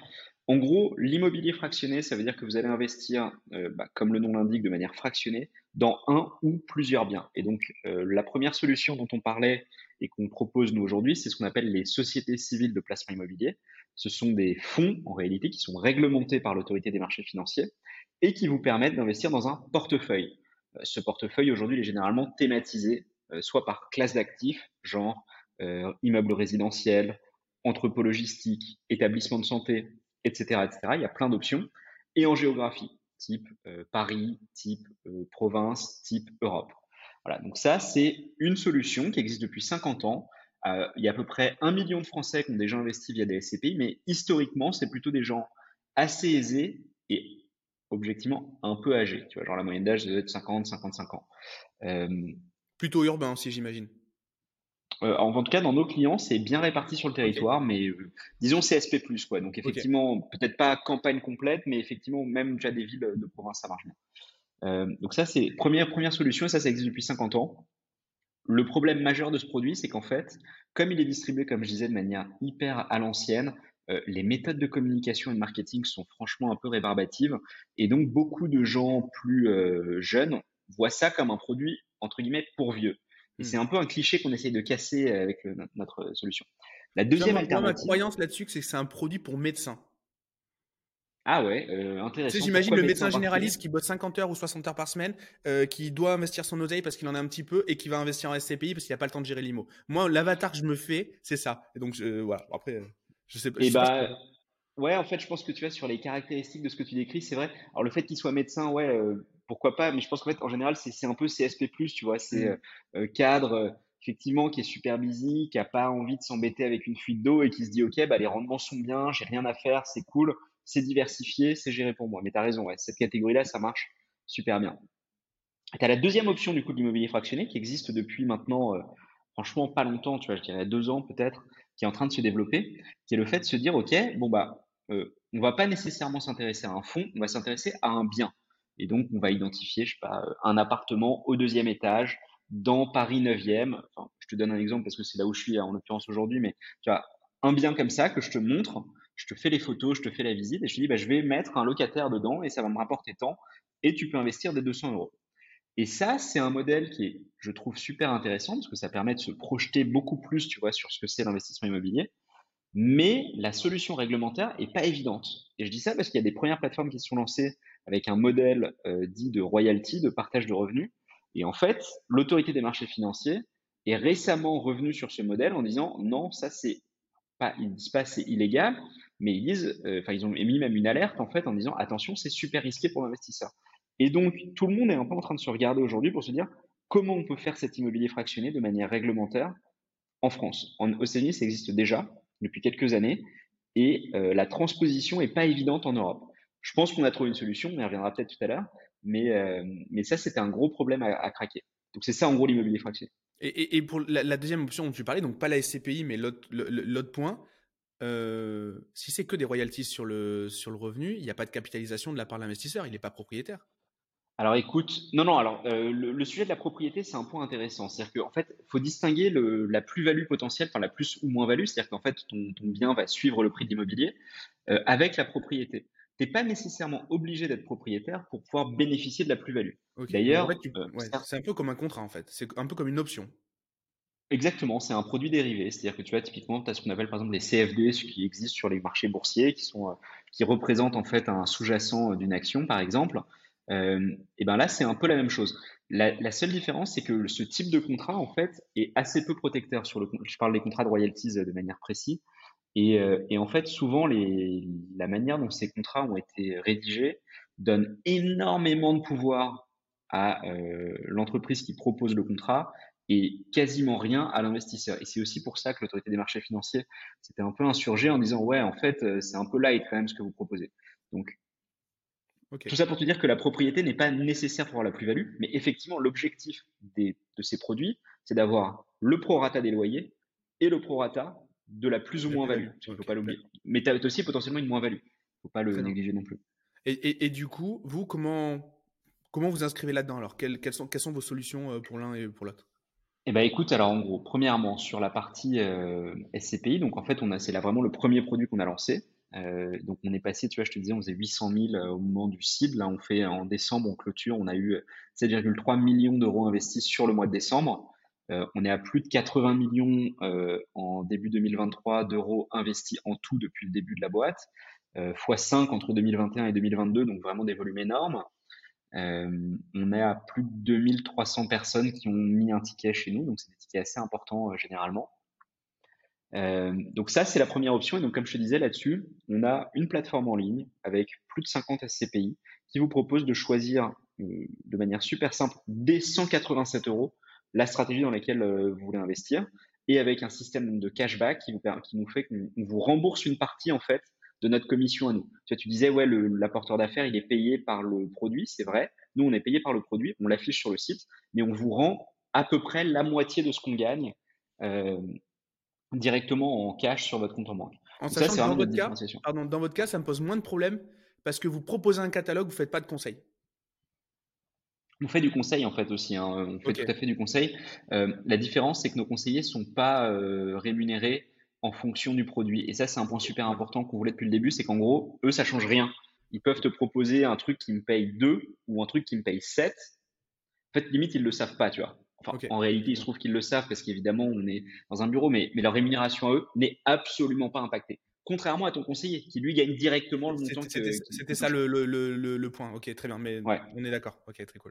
En gros, l'immobilier fractionné, ça veut dire que vous allez investir, euh, bah, comme le nom l'indique, de manière fractionnée, dans un ou plusieurs biens. Et donc, euh, la première solution dont on parlait et qu'on propose nous aujourd'hui, c'est ce qu'on appelle les sociétés civiles de placement immobilier. Ce sont des fonds, en réalité, qui sont réglementés par l'autorité des marchés financiers et qui vous permettent d'investir dans un portefeuille. Euh, ce portefeuille, aujourd'hui, il est généralement thématisé, euh, soit par classe d'actifs, genre euh, immeubles résidentiels, entrepôts logistiques, établissements de santé, et cetera, et cetera. Il y a plein d'options. Et en géographie, type euh, Paris, type euh, province, type Europe. Voilà, donc ça, c'est une solution qui existe depuis cinquante ans. Euh, il y a à peu près un million de Français qui ont déjà investi via des S C P I, mais historiquement, c'est plutôt des gens assez aisés et objectivement un peu âgés. Tu vois, genre la moyenne d'âge, doit être cinquante, cinquante-cinq ans. Euh, Plutôt urbain aussi, j'imagine. Euh, en tout cas, dans nos clients, c'est bien réparti sur le Ok, territoire, mais euh, disons C S P plus, quoi. Donc ok. effectivement, peut-être pas campagne complète, mais effectivement, même déjà des villes de province, ça marche bien. Euh, donc ça, c'est première première solution, et ça, ça existe depuis cinquante ans. Le problème majeur de ce produit, c'est qu'en fait, comme il est distribué, comme je disais, de manière hyper à l'ancienne, euh, les méthodes de communication et de marketing sont franchement un peu rébarbatives, et donc beaucoup de gens plus euh, jeunes voient ça comme un produit entre guillemets pour vieux. Et Hmm. c'est un peu un cliché qu'on essaye de casser avec euh, notre, notre solution. La Tu vois, deuxième moi, moi, ma alternative, croyance là-dessus, c'est que c'est un produit pour médecins. ah ouais, euh, Tu sais, intéressant. j'imagine Pourquoi le médecin médecin en particulier? généraliste qui bosse cinquante heures ou soixante heures par semaine, euh, qui doit investir son oseille parce qu'il en a un petit peu et qui va investir en S C P I parce qu'il n'a pas le temps de gérer l'I M O. Moi, l'avatar que je me fais, c'est ça. Et donc, je- voilà. Bon, après, euh, je sais pas, je Et sais pas. bah, ouais, en fait, je pense que tu vois sur les caractéristiques de ce que tu décris, c'est vrai. Alors le fait qu'il soit médecin, ouais, euh, pourquoi pas, mais je pense qu'en fait, en général, c'est c'est un peu C S P plus, tu vois, c'est Hmm. euh, euh, cadre, euh, effectivement, qui est super busy, qui a pas envie de s'embêter avec une fuite d'eau et qui se dit, ok, bah les rendements sont bien, j'ai rien à faire, c'est cool, c'est diversifié, c'est géré pour moi. Mais t'as raison, ouais, cette catégorie-là, ça marche super bien. Tu as la deuxième option du coup de l'immobilier fractionné qui existe depuis maintenant, euh, franchement, pas longtemps, tu vois, je dirais deux ans peut-être, qui est en train de se développer, qui est le fait de se dire, OK, bon, bah, euh, on va pas nécessairement s'intéresser à un fonds, on va s'intéresser à un bien. Et donc, on va identifier, je sais pas, euh, un appartement au deuxième étage dans Paris neuvième. Enfin, je te donne un exemple parce que c'est là où je suis en l'occurrence aujourd'hui, mais tu vois, un bien comme ça que je te montre, je te fais les photos, je te fais la visite et je te dis, bah, je vais mettre un locataire dedans et ça va me rapporter tant et tu peux investir des deux cents euros. Et ça, c'est un modèle qui est, je trouve, super intéressant parce que ça permet de se projeter beaucoup plus, tu vois, sur ce que c'est l'investissement immobilier. Mais la solution réglementaire est pas évidente. Et je dis ça parce qu'il y a des premières plateformes qui se sont lancées avec un modèle euh, dit de royalty, de partage de revenus. Et en fait, l'autorité des marchés financiers est récemment revenue sur ce modèle en disant non, ça c'est pas, ils disent pas c'est illégal, mais ils disent, euh, enfin ils ont émis même une alerte en fait en disant attention, c'est super risqué pour l'investisseur. Et donc tout le monde est un peu en train de se regarder aujourd'hui pour se dire comment on peut faire cet immobilier fractionné de manière réglementaire en France. En, aux États-Unis, ça existe déjà depuis quelques années et euh, la transposition est pas évidente en Europe. Je pense qu'on a trouvé une solution, on y reviendra peut-être tout à l'heure, mais, euh, mais ça c'était un gros problème à, à craquer. Donc c'est ça en gros l'immobilier fractionné. Et, et, et pour la, la deuxième option dont tu parlais, donc pas la S C P I, mais l'autre le- le- l'autre point, euh, si c'est que des royalties sur le, sur le revenu, il n'y a pas de capitalisation de la part de l'investisseur, il n'est pas propriétaire. Alors écoute, non, non, alors euh, le, le sujet de la propriété, c'est un point intéressant. C'est-à-dire qu'en fait, il faut distinguer le, la plus-value potentielle, enfin la plus ou moins-value, c'est-à-dire qu'en fait, ton, ton bien va suivre le prix de l'immobilier euh, avec la propriété. Tu n'es pas nécessairement obligé d'être propriétaire pour pouvoir bénéficier de la plus-value. Ok, donc en fait, D'ailleurs, tu, euh, ouais, ça- c'est un peu comme un contrat en fait, c'est un peu comme une option. exactement, c'est un produit dérivé. C'est-à-dire que tu vois, typiquement, tu as ce qu'on appelle par exemple les C F D, ce qui existe sur les marchés boursiers, qui sont, euh, qui représentent en fait un sous-jacent euh, d'une action, par exemple. Euh, et ben là, c'est un peu la même chose. La, la seule différence, c'est que ce type de contrat, en fait, est assez peu protecteur sur le. Je parle des contrats de royalties euh, de manière précise. Et, euh, et en fait, souvent, les, la manière dont ces contrats ont été rédigés donne énormément de pouvoir à euh, l'entreprise qui propose le contrat et quasiment rien à l'investisseur. Et c'est aussi pour ça que l'autorité des marchés financiers s'était un peu insurgée en disant ouais, en fait, euh, c'est un peu light quand même ce que vous proposez. Donc Ok, tout ça pour te dire que la propriété n'est pas nécessaire pour avoir la plus-value, mais effectivement, l'objectif des, de ces produits, c'est d'avoir le prorata des loyers et le prorata de la plus ou la moins-value. plus-value. Parce qu'il ne faut Ok, pas l'oublier. d'accord. Mais tu as aussi potentiellement une moins-value. Il ne faut pas le Très bien. négliger non plus. Et, et, et du coup, vous, comment, comment vous inscrivez là-dedans alors quelles, quelles sont, quelles sont vos solutions euh, pour l'un et pour l'autre? Eh ben écoute, alors en gros, premièrement, sur la partie euh, S C P I, donc en fait, on a, c'est là vraiment le premier produit qu'on a lancé. Euh, donc on est passé, tu vois, je te disais, on faisait huit cent mille euh, au moment du seed. Là, on fait en décembre, on clôture, on a eu sept virgule trois millions d'euros investis sur le mois de décembre. Euh, on est à plus de quatre-vingts millions euh, en début deux mille vingt-trois d'euros investis en tout depuis le début de la boîte, euh, fois cinq entre deux mille vingt et un et deux mille vingt-deux, donc vraiment des volumes énormes. Euh, on est à plus de deux mille trois cents personnes qui ont mis un ticket chez nous, donc c'est des tickets assez importants euh, généralement. Euh, donc ça, c'est la première option. Et donc, comme je te disais là-dessus, on a une plateforme en ligne avec plus de cinquante S C P I qui vous propose de choisir euh, de manière super simple, dès cent quatre-vingt-sept euros, la stratégie dans laquelle euh, vous voulez investir, et avec un système de cashback qui, vous, qui nous fait qu'on vous rembourse une partie en fait de notre commission à nous. Tu vois, tu disais, ouais, le, l'apporteur d'affaires, il est payé par le produit, c'est vrai. Nous, on est payé par le produit, on l'affiche sur le site, mais on vous rend à peu près la moitié de ce qu'on gagne. Euh, directement en cash sur votre compte en banque. En Donc ça, sachant c'est que dans vraiment notre votre cas, différenciation. pardon, dans votre cas, ça me pose moins de problèmes parce que vous proposez un catalogue, vous faites pas de conseils. On fait du conseil en fait aussi, hein. On fait Ok. tout à fait du conseil. Euh, la différence, c'est que nos conseillers sont pas euh, rémunérés en fonction du produit. Et ça, c'est un point super Ouais. important qu'on voulait depuis le début, c'est qu'en gros, eux, ça change rien. Ils peuvent te proposer un truc qui me paye deux ou un truc qui me paye sept. En fait, limite, ils le savent pas, tu vois. Enfin, Ok. en réalité, il se trouve qu'ils le savent parce qu'évidemment, on est dans un bureau, mais, mais leur rémunération à eux n'est absolument pas impactée. Contrairement à ton conseiller, qui lui gagne directement le montant C'était c'était- que, qu'il c'était qu'il ça touche. le, le, le, le- le point. Ok, très bien. Mais Ouais. on est d'accord. Ok, très cool.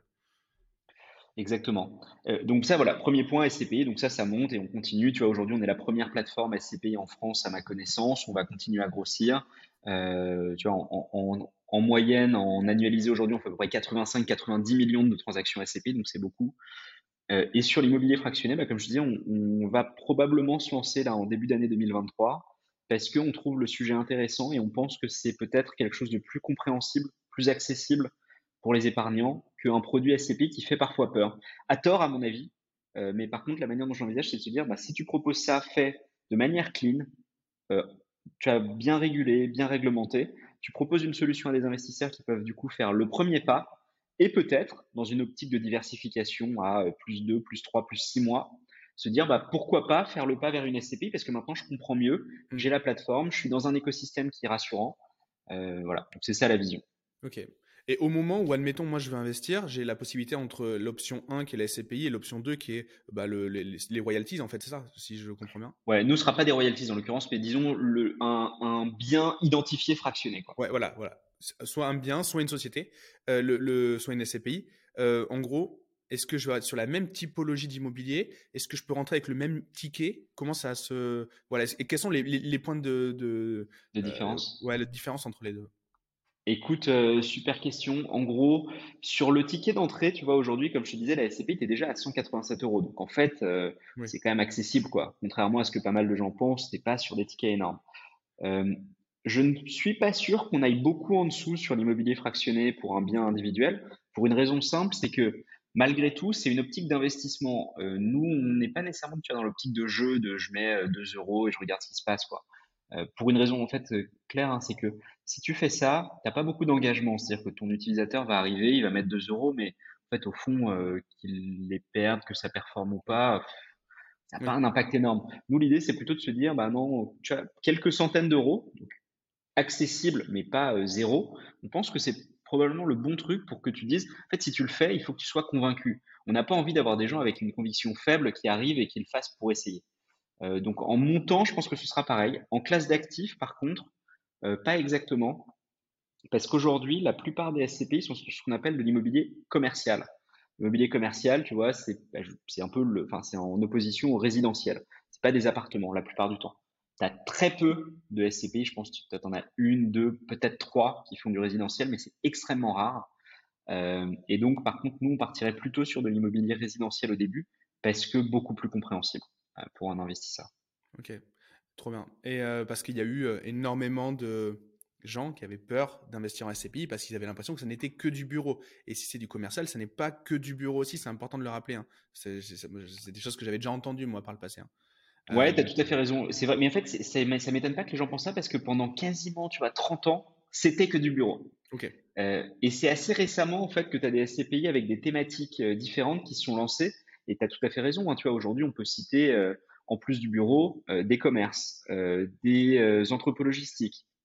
Exactement. Euh, donc ça, voilà, premier point S C P I. Donc ça, ça monte et on continue. Tu vois, aujourd'hui, on est la première plateforme S C P I en France à ma connaissance. On va continuer à grossir. Euh, tu vois, en, en, en moyenne, en annualisé aujourd'hui, on fait à peu près quatre-vingt-cinq quatre-vingt-dix millions de transactions S C P I, donc c'est beaucoup. Euh, et sur l'immobilier fractionné, bah, comme je disais, on, on va probablement se lancer là en début d'année deux mille vingt-trois parce qu'on trouve le sujet intéressant et on pense que c'est peut-être quelque chose de plus compréhensible, plus accessible pour les épargnants qu'un produit S C P qui fait parfois peur. À tort, à mon avis. Euh, mais par contre, la manière dont j'envisage, c'est de se dire, bah, si tu proposes ça fait de manière clean, euh, tu as bien régulé, bien réglementé, tu proposes une solution à des investisseurs qui peuvent du coup faire le premier pas et peut-être, dans une optique de diversification à euh, plus deux, plus trois, plus six mois, se dire bah, pourquoi pas faire le pas vers une S C P I parce que maintenant je comprends mieux, Hmm. j'ai la plateforme, je suis dans un écosystème qui est rassurant. Euh, voilà, donc c'est ça la vision. Ok. Et au moment où, admettons, moi je veux investir, j'ai la possibilité entre l'option un qui est la S C P I et l'option deux qui est bah, le, les, les royalties, en fait, c'est ça, si je comprends bien. Ouais, nous, ce ne sera pas des royalties en l'occurrence, mais disons le, un, un bien identifié fractionné. Quoi. Ouais, voilà, voilà. Soit un bien, soit une société, euh, le, le, soit une S C P I. Euh, en gros, est-ce que je vais être sur la même typologie d'immobilier? Est-ce que je peux rentrer avec le même ticket? Comment ça se... Voilà. Et quels sont les, les, les points de... de De euh, différence. ouais, la différence entre les deux? Écoute, euh, super question. En gros, sur le ticket d'entrée, tu vois, aujourd'hui, comme je te disais, la S C P était déjà à cent quatre-vingt-sept euros. Donc, en fait, euh, Oui. c'est quand même accessible, quoi. Contrairement à ce que pas mal de gens pensent, t'es pas sur des tickets énormes. Euh, je ne suis pas sûr qu'on aille beaucoup en dessous sur l'immobilier fractionné pour un bien individuel, pour une raison simple, c'est que malgré tout, c'est une optique d'investissement. Euh, nous, on n'est pas nécessairement tu vois, dans l'optique de jeu, de je mets euh, deux euros et je regarde ce qui se passe, quoi. Euh, pour une raison en fait euh, claire, hein, c'est que si tu fais ça, t'as pas beaucoup d'engagement. C'est-à-dire que ton utilisateur va arriver, il va mettre deux euros, mais en fait, au fond, euh, qu'il les perde, que ça performe ou pas, ça n'a pas Oui. un impact énorme. Nous, l'idée, c'est plutôt de se dire, bah non, tu as quelques centaines d'euros, donc accessible, mais pas euh, zéro. On pense que c'est probablement le bon truc pour que tu dises, en fait, si tu le fais, il faut que tu sois convaincu. On n'a pas envie d'avoir des gens avec une conviction faible qui arrivent et qui le fassent pour essayer. Euh, donc, en montant, je pense que ce sera pareil. En classe d'actifs, par contre, euh, pas exactement, parce qu'aujourd'hui, la plupart des S C P I sont sur ce qu'on appelle de l'immobilier commercial. L'immobilier commercial, tu vois, c'est bah, c'est un peu le, enfin, c'est en opposition au résidentiel. C'est pas des appartements la plupart du temps. Tu as très peu de S C P I, je pense que tu en as une, deux, peut-être trois qui font du résidentiel, mais c'est extrêmement rare. Euh, et donc, par contre, nous, on partirait plutôt sur de l'immobilier résidentiel au début, parce que beaucoup plus compréhensible euh, pour un investisseur. Ok. Trop bien. Et euh, parce qu'il y a eu euh, énormément de gens qui avaient peur d'investir en S C P I parce qu'ils avaient l'impression que ça n'était que du bureau. Et si c'est du commercial, ça n'est pas que du bureau aussi. C'est important de le rappeler. Hein. C'est c'est- c'est des choses que j'avais déjà entendues moi par le passé. Hein. Ouais, Euh, tu as tout à fait raison. C'est vrai, mais en fait, c'est- c'est- ça m'étonne pas que les gens pensent ça parce que pendant quasiment, tu vois, trente ans, c'était que du bureau. ok. Euh, et c'est assez récemment, en fait, que tu as des S C P I avec des thématiques euh, différentes qui se sont lancées. Et tu as tout à fait raison, hein. Tu vois, aujourd'hui, on peut citer, euh, en plus du bureau, euh, des commerces, euh, des euh, entrepôts logistiques,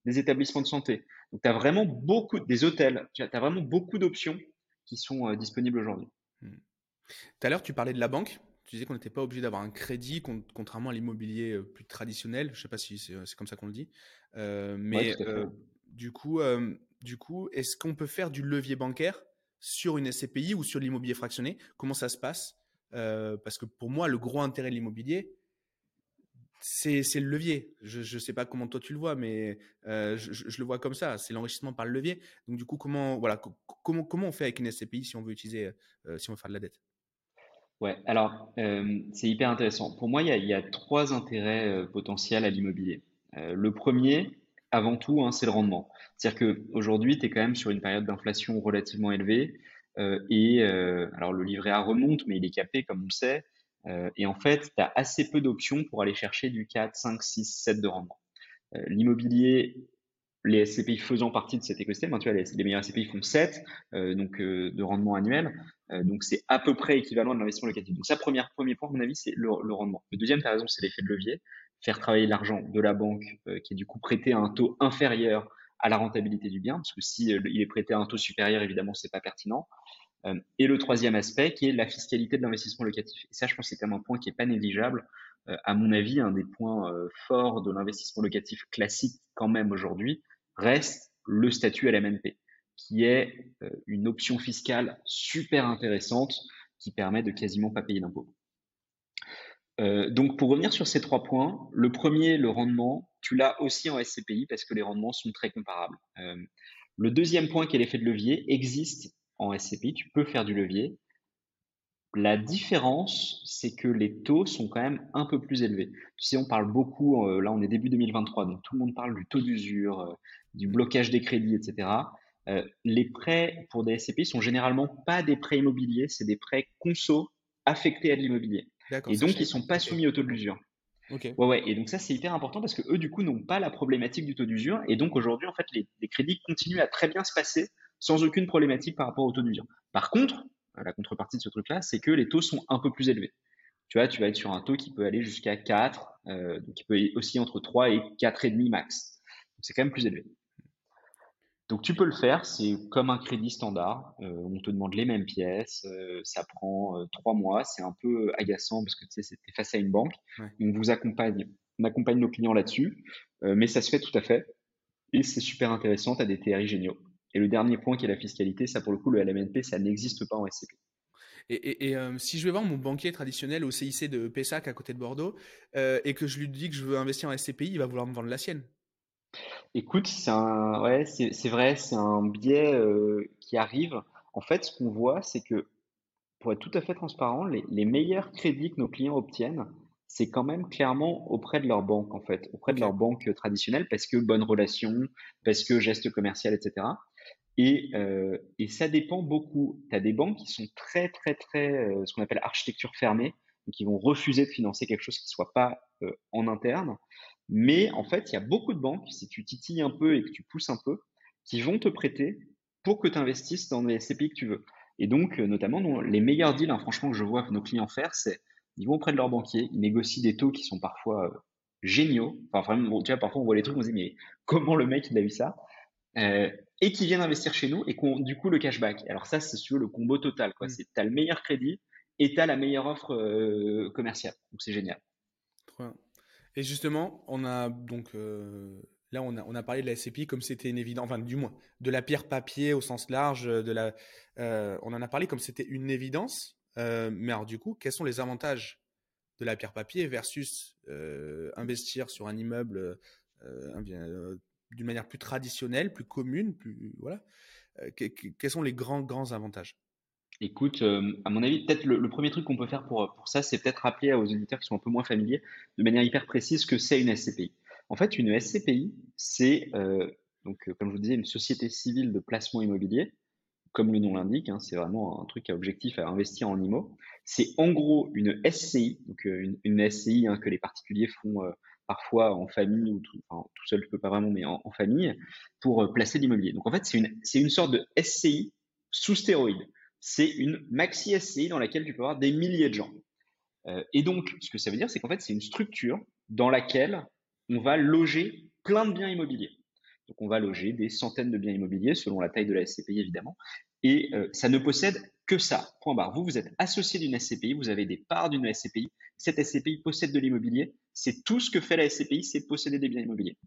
des établissements de santé. Donc, tu as vraiment beaucoup, des hôtels, tu as vraiment beaucoup d'options qui sont euh, disponibles aujourd'hui. Mmh. Tout à l'heure, tu parlais de la banque. Tu disais qu'on n'était pas obligé d'avoir un crédit, con- contrairement à l'immobilier euh, plus traditionnel. Je sais pas si c'est c'est comme ça qu'on le dit. Euh, Ouais, mais tout à fait. euh, Ouais. du coup, euh, du coup, est-ce qu'on peut faire du levier bancaire sur une S C P I ou sur l'immobilier fractionné? Comment ça se passe? Euh, parce que pour moi, le gros intérêt de l'immobilier, c'est c'est le levier. Je ne sais pas comment toi tu le vois, mais euh, je, je- je le vois comme ça. C'est l'enrichissement par le levier. Donc du coup, comment voilà, co- comment comment on fait avec une S C P I si on veut utiliser, euh, si on veut faire de la dette? Ouais, alors euh, c'est hyper intéressant. Pour moi, il y a, il y a trois intérêts euh, potentiels à l'immobilier. Euh, le premier, avant tout, hein, c'est le rendement. C'est-à-dire qu'aujourd'hui, tu es quand même sur une période d'inflation relativement élevée euh, et euh, alors le livret A remonte, mais il est capé, comme on le sait. Euh, et en fait, tu as assez peu d'options pour aller chercher du quatre, cinq, six, sept de rendement. Euh, l'immobilier, les S C P I faisant partie de cet écosystème, hein, tu vois, les, les meilleurs S C P I font sept euh, donc, euh, de rendement annuel. Euh, donc, c'est à peu près équivalent à de l'investissement locatif. Donc, ça, premier, premier point, à mon avis, c'est le, le rendement. Le deuxième, tu as raison, c'est l'effet de levier. Faire travailler l'argent de la banque euh, qui est du coup prêté à un taux inférieur à la rentabilité du bien, parce que si euh, il est prêté à un taux supérieur, évidemment, c'est pas pertinent. Euh, et le troisième aspect, qui est la fiscalité de l'investissement locatif. Et ça, je pense que c'est quand même un point qui est pas négligeable. Euh, à mon avis, un des points euh, forts de l'investissement locatif classique, quand même aujourd'hui, reste le statut L M N P, qui est euh, une option fiscale super intéressante qui permet de quasiment pas payer d'impôts. Euh, donc, pour revenir sur ces trois points, le premier, le rendement, tu l'as aussi en S C P I parce que les rendements sont très comparables. Euh, le deuxième point, qui est l'effet de levier, existe en S C P I. Tu peux faire du levier. La différence, c'est que les taux sont quand même un peu plus élevés. Tu sais, on parle beaucoup, euh, là on est début deux mille vingt-trois, donc tout le monde parle du taux d'usure, euh, du blocage des crédits, et cetera. Euh, les prêts pour des S C P I sont généralement pas des prêts immobiliers, c'est des prêts conso affectés à de l'immobilier. D'accord, Et ça je donc ils savais pas. sont pas Ok, soumis au taux de l'usure. ok. Ouais, ouais. Et donc ça, c'est hyper important parce que eux, du coup, n'ont pas la problématique du taux d'usure. Et donc aujourd'hui, en fait, les, les crédits continuent à très bien se passer sans aucune problématique par rapport au taux d'usure. Par contre, euh, la contrepartie de ce truc-là, c'est que les taux sont un peu plus élevés. Tu vois, tu vas être sur un taux qui peut aller jusqu'à quatre, euh, donc qui peut aussi entre trois et quatre virgule cinq max. Donc c'est quand même plus élevé. Donc tu peux le faire, c'est comme un crédit standard. Euh, on te demande les mêmes pièces, euh, ça prend euh, trois mois. C'est un peu agaçant parce que tu sais, c'était face à une banque. Ouais. On vous accompagne, on accompagne nos clients là-dessus, euh, mais ça se fait tout à fait et c'est super intéressant. Tu as des T R I géniaux. Et le dernier point qui est la fiscalité, ça pour le coup, le L M N P, ça n'existe pas en S C P. Et, et, et euh, si je vais voir mon banquier traditionnel au C I C de Pessac à côté de Bordeaux euh, et que je lui dis que je veux investir en S C P I, il va vouloir me vendre la sienne. Écoute, c'est un, ouais, c'est c'est vrai, c'est un biais euh, qui arrive. En fait, ce qu'on voit, c'est que pour être tout à fait transparent, les, les meilleurs crédits que nos clients obtiennent, c'est quand même clairement auprès de leur banque, en fait, auprès de Ok. leur banque traditionnelle, parce que bonne relation, parce que geste commercial, et cetera. Et, euh, et ça dépend beaucoup. Tu as des banques qui sont très, très, très, euh, ce qu'on appelle architecture fermée, donc qui vont refuser de financer quelque chose qui soit pas euh, en interne. Mais en fait, il y a beaucoup de banques, si tu titilles un peu et que tu pousses un peu, qui vont te prêter pour que tu investisses dans les C P I que tu veux. Et donc, euh, notamment, nous, les meilleurs deals, hein, franchement, que je vois nos clients faire, c'est ils vont auprès de leur banquier, ils négocient des taux qui sont parfois euh, géniaux. Enfin, vraiment, bon, tu vois, parfois on voit les trucs, on se dit, mais comment le mec il a eu ça? Euh, et qui viennent investir chez nous et qu'on du coup le cashback. Alors ça, c'est si tu veux le combo total, quoi. Hmm. C'est t'as le meilleur crédit et t'as la meilleure offre euh, commerciale. Donc c'est génial. Trop bien. Et justement, on a donc euh, là on a on a parlé de la S C P I comme c'était une évidence, enfin du moins de la pierre papier au sens large de la. Euh, on en a parlé comme c'était une évidence. Euh, mais alors du coup, quels sont les avantages de la pierre papier versus euh, investir sur un immeuble euh, un bien, euh, d'une manière plus traditionnelle, plus commune, plus voilà. Euh, que- que- quels sont les grands grands avantages? Écoute, euh, à mon avis, peut-être le, le premier truc qu'on peut faire pour, pour ça, c'est peut-être rappeler aux auditeurs qui sont un peu moins familiers, de manière hyper précise, ce que c'est une S C P I. En fait, une S C P I, c'est, euh, donc, euh, comme je vous disais, une société civile de placement immobilier. Comme le nom l'indique, hein, c'est vraiment un truc à objectif à investir en immo. C'est en gros une S C I, donc euh, une, une S C I hein, que les particuliers font euh, parfois en famille ou tout, enfin, tout seul, je peux pas vraiment, mais en, en famille, pour euh, placer l'immobilier. Donc en fait, c'est une, c'est une sorte de S C I sous stéroïde. C'est une maxi S C I dans laquelle tu peux avoir des milliers de gens. Euh, et donc, ce que ça veut dire, c'est qu'en fait, c'est une structure dans laquelle on va loger plein de biens immobiliers. Donc, on va loger des centaines de biens immobiliers selon la taille de la S C P I, évidemment. Et euh, ça ne possède que ça, point barre. Vous, vous êtes associé d'une S C P I, vous avez des parts d'une S C P I. Cette S C P I possède de l'immobilier. C'est tout ce que fait la S C P I, c'est posséder des biens immobiliers.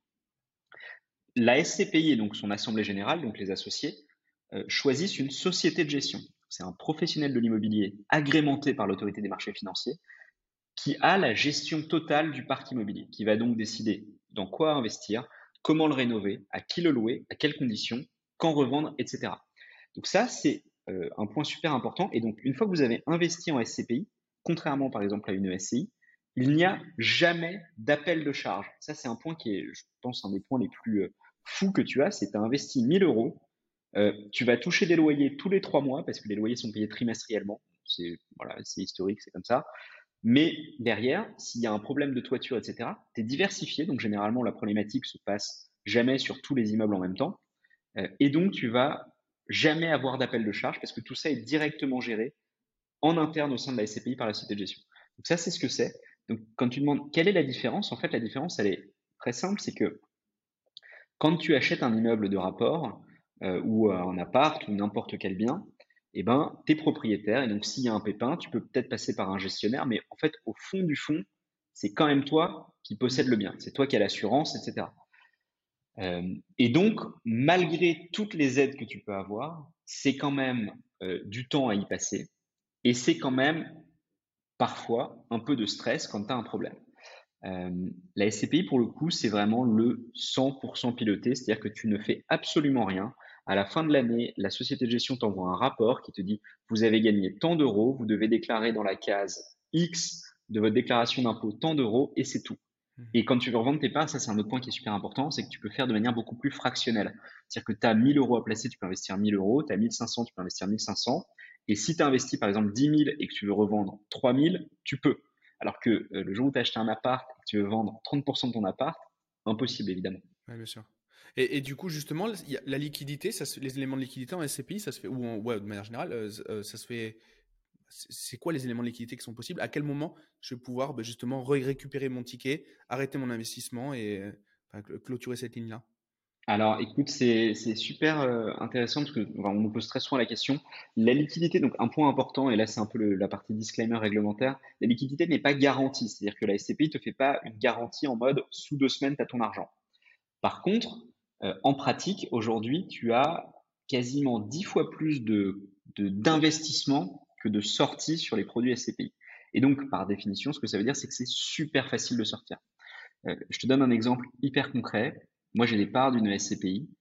La S C P I et donc son assemblée générale, donc les associés, euh, choisissent une société de gestion. C'est un professionnel de l'immobilier agrémenté par l'autorité des marchés financiers qui a la gestion totale du parc immobilier, qui va donc décider dans quoi investir, comment le rénover, à qui le louer, à quelles conditions, quand revendre, et cetera. Donc ça, c'est euh, un point super important. Et donc, une fois que vous avez investi en S C P I, contrairement par exemple à une E S C I, il n'y a jamais d'appel de charge. Ça, c'est un point qui est, je pense, un des points les plus euh, fous que tu as. C'est que tu as investi mille euros, euh, tu vas toucher des loyers tous les trois mois parce que les loyers sont payés trimestriellement. C'est voilà, c'est historique, c'est comme ça. Mais derrière, s'il y a un problème de toiture, et cetera, tu es diversifié. Donc, généralement, la problématique se passe jamais sur tous les immeubles en même temps. Euh, et donc, tu vas jamais avoir d'appel de charge parce que tout ça est directement géré en interne au sein de la S C P I par la société de gestion. Donc, ça, c'est ce que c'est. Donc, quand tu demandes quelle est la différence, en fait, la différence, elle est très simple. C'est que quand tu achètes un immeuble de rapport euh, ou un appart ou n'importe quel bien, eh ben, tu es propriétaire et donc s'il y a un pépin, tu peux peut-être passer par un gestionnaire, mais en fait, au fond du fond, c'est quand même toi qui possèdes le bien. C'est toi qui as l'assurance, et cetera. Euh, et donc, malgré toutes les aides que tu peux avoir, c'est quand même euh, du temps à y passer et c'est quand même parfois un peu de stress quand tu as un problème. Euh, la S C P I, pour le coup, c'est vraiment le cent pour cent piloté, c'est-à-dire que tu ne fais absolument rien. À la fin de l'année, la société de gestion t'envoie un rapport qui te dit vous avez gagné tant d'euros, vous devez déclarer dans la case X de votre déclaration d'impôt tant d'euros et c'est tout. Et quand tu veux revendre tes parts, ça c'est un autre point qui est super important, c'est que tu peux faire de manière beaucoup plus fractionnelle. C'est-à-dire que tu as mille euros à placer, tu peux investir mille euros, tu as mille cinq cents, tu peux investir mille cinq cents. Et si tu investis par exemple dix mille et que tu veux revendre trois mille, tu peux. Alors que euh, le jour où tu as acheté un appart et que tu veux vendre trente pour cent de ton appart, impossible évidemment. Ouais, bien sûr. Et, et du coup, justement, il y a la liquidité, ça se- les éléments de liquidité en S C P I, ça se fait, ou en, ouais, de manière générale, euh, euh, ça se fait. C'est c'est quoi les éléments de liquidité qui sont possibles? À quel moment je vais pouvoir bah, justement ré- récupérer mon ticket, arrêter mon investissement et euh, enfin, cl- clôturer cette ligne-là? Alors, écoute, c'est c'est super euh, intéressant parce que enfin, on nous pose très souvent la question. La liquidité, donc un point important, et là c'est un peu le- la partie disclaimer réglementaire, la liquidité n'est pas garantie, c'est-à-dire que la S C P I te fait pas une garantie en mode sous deux semaines tu as ton argent. Par contre, euh, en pratique, aujourd'hui, tu as quasiment dix fois plus de, de- d'investissement que de sorties sur les produits S C P I. Et donc, par définition, ce que ça veut dire, c'est que c'est super facile de sortir. Euh, je te donne un exemple hyper concret. Moi, j'ai des parts d'une S C P I,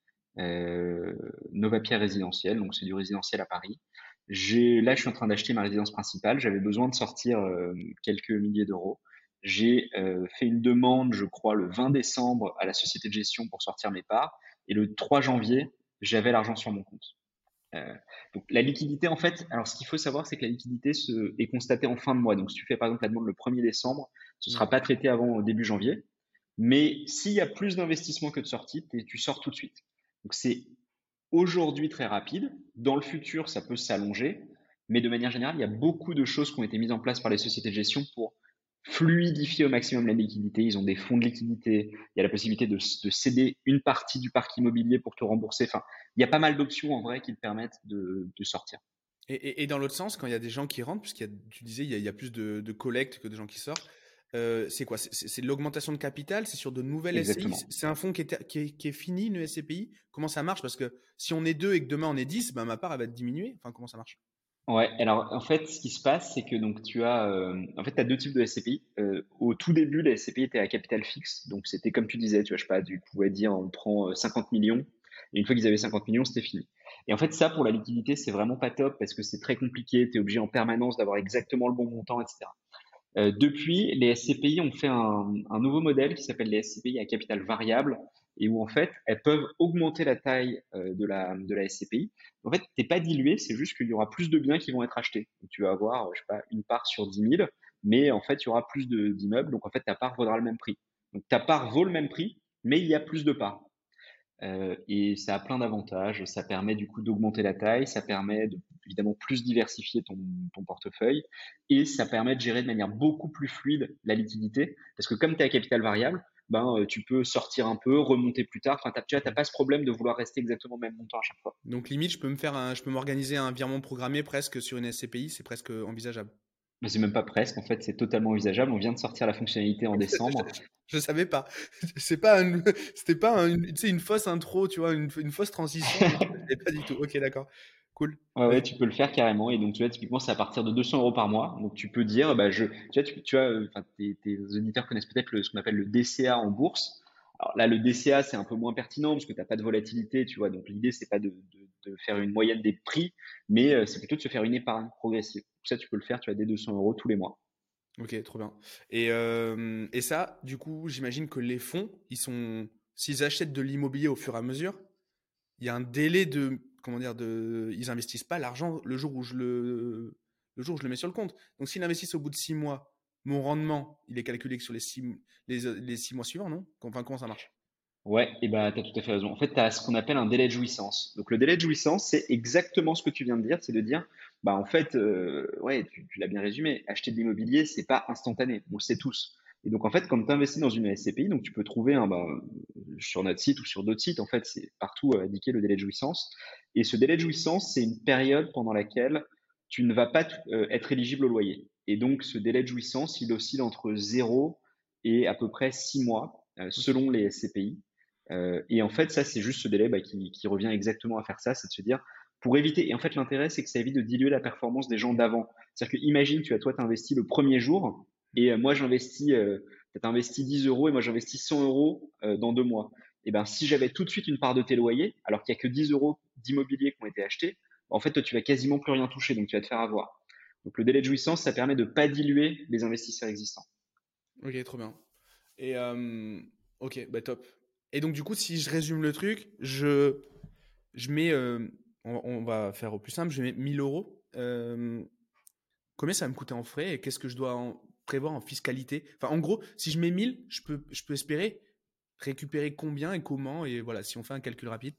euh, Novapierre résidentiel, donc c'est du résidentiel à Paris. J'ai, là, je suis en train d'acheter ma résidence principale. J'avais besoin de sortir euh, quelques milliers d'euros. J'ai euh, fait une demande, je crois, le vingt décembre à la société de gestion pour sortir mes parts. Et le trois janvier, j'avais l'argent sur mon compte. Euh, donc la liquidité, en fait, alors ce qu'il faut savoir, c'est que la liquidité se, est constatée en fin de mois. Donc si tu fais par exemple la demande le premier décembre, ce ne sera pas D'accord. traité avant début janvier. Mais s'il y a plus d'investissement que de sortie, tu sors tout de suite. Donc c'est aujourd'hui très rapide. Dans le futur, ça peut s'allonger. Mais de manière générale, il y a beaucoup de choses qui ont été mises en place par les sociétés de gestion pour fluidifier au maximum la liquidité. Ils ont des fonds de liquidité. Il y a la possibilité de, de céder une partie du parc immobilier pour te rembourser. Enfin, il y a pas mal d'options en vrai qui te permettent de, de sortir. Et, et- et dans l'autre sens, quand il y a des gens qui rentrent, puisqu'il y a, tu disais, il y a, il y a plus de, de collectes que de gens qui sortent, euh, c'est quoi? C'est c'est- c'est de l'augmentation de capital? C'est sur de nouvelles S C I? Exactement. C'est un fonds qui est, qui est, qui est fini, une S C P I? Comment ça marche? Parce que si on est deux et que demain on est dix, ben ma part elle va diminuer. Enfin, comment ça marche? Ouais, alors en fait, ce qui se passe, c'est que donc tu as, euh, en fait, tu as deux types de S C P I. Euh, au tout début, la S C P I était à capital fixe, donc c'était comme tu disais, tu vois, je sais pas, tu pouvais dire on prend euh, cinquante millions, et une fois qu'ils avaient cinquante millions, c'était fini. Et en fait, ça pour la liquidité, c'est vraiment pas top parce que c'est très compliqué, tu es obligé en permanence d'avoir exactement le bon montant, et cetera. Euh, depuis, les S C P I ont fait un, un nouveau modèle qui s'appelle les S C P I à capital variable et où en fait elles peuvent augmenter la taille euh, de la de la S C P I. En fait, t'es pas dilué, c'est juste qu'il y aura plus de biens qui vont être achetés. Donc, tu vas avoir, euh, je sais pas, une part sur dix mille, mais en fait il y aura plus de d'immeubles, donc en fait ta part vaudra le même prix. Donc ta part vaut le même prix, mais il y a plus de parts. Euh, et ça a plein d'avantages. Ça permet du coup d'augmenter la taille, ça permet de, évidemment plus diversifier ton, ton portefeuille et ça permet de gérer de manière beaucoup plus fluide la liquidité. Parce que comme tu es à capital variable, ben, euh, tu peux sortir un peu, remonter plus tard. Enfin, t'as, tu vois, t'as Ok. pas ce problème de vouloir rester exactement au même montant à chaque fois. Donc limite, je peux me faire un, je peux m'organiser un virement programmé presque sur une S C P I, c'est presque envisageable. Mais c'est même pas presque, en fait, c'est totalement envisageable. On vient de sortir la fonctionnalité en décembre. Je savais pas. C'est pas un- c'était pas un- une, tu sais, une fausse intro, tu vois, une, une fausse transition. Je savais pas du tout. Ok, d'accord. Cool. Ouais, ouais, Vas-y. tu peux le faire carrément. Et donc, tu vois, typiquement, c'est à partir de deux cents euros par mois. Donc, tu peux dire, bah, je, tu vois, tu, tu vois, euh, enfin, tes, tes auditeurs connaissent peut-être le, ce qu'on appelle le D C A en bourse. Alors là, le D C A, c'est un peu moins pertinent parce que tu n'as pas de volatilité, tu vois. Donc, l'idée, c'est pas de, de, de faire une moyenne des prix, mais euh, c'est plutôt de se faire une épargne progressive. Ça, tu peux le faire, tu as des deux cents euros tous les mois. Ok, trop bien. Et, euh, et ça, du coup, j'imagine que les fonds, ils sont, s'ils achètent de l'immobilier au fur et à mesure, il y a un délai de, comment dire, de, ils investissent pas l'argent le jour où je le, le jour où je le mets sur le compte. Donc, s'ils investissent au bout de six mois, mon rendement, il est calculé que sur les six, les, les six mois suivants, non? Enfin, comment ça marche? Ouais, et bah, tu as tout à fait raison. En fait, tu as ce qu'on appelle un délai de jouissance. Donc, le délai de jouissance, c'est exactement ce que tu viens de dire, c'est de dire, bah, en fait, euh, ouais, tu, tu l'as bien résumé, acheter de l'immobilier, c'est pas instantané, on le sait tous. Et donc, en fait, quand tu investis dans une S C P I, donc tu peux trouver un, bah, sur notre site ou sur d'autres sites, en fait, c'est partout euh, indiqué le délai de jouissance. Et ce délai de jouissance, c'est une période pendant laquelle tu ne vas pas t- euh, être éligible au loyer. Et donc, ce délai de jouissance, il oscille entre zéro et à peu près six mois, euh, Ok. selon les S C P I. Euh, et en fait, ça, c'est juste ce délai bah, qui, qui revient exactement à faire ça, c'est de se dire, pour éviter, et en fait, l'intérêt, c'est que ça évite de diluer la performance des gens d'avant. C'est-à-dire que imagine, tu as toi, t'investis le premier jour, et euh, moi, j'investis, euh, t'as investi dix euros, et moi, j'investis cent euros euh, dans deux mois. Et ben, si j'avais tout de suite une part de tes loyers, alors qu'il y a que dix euros d'immobilier qui ont été achetés, en fait, toi, tu vas quasiment plus rien toucher, donc tu vas te faire avoir. Donc, le délai de jouissance, ça permet de pas diluer les investisseurs existants. Ok, trop bien. Et euh, ok, bah top. Et donc du coup, si je résume le truc, je, je mets, euh, on, on va faire au plus simple, je mets mille euros. Euh, combien ça va me coûter en frais et qu'est-ce que je dois en prévoir en fiscalité? Enfin, en gros, si je mets mille, je peux, je peux espérer récupérer combien et comment et voilà, si on fait un calcul rapide.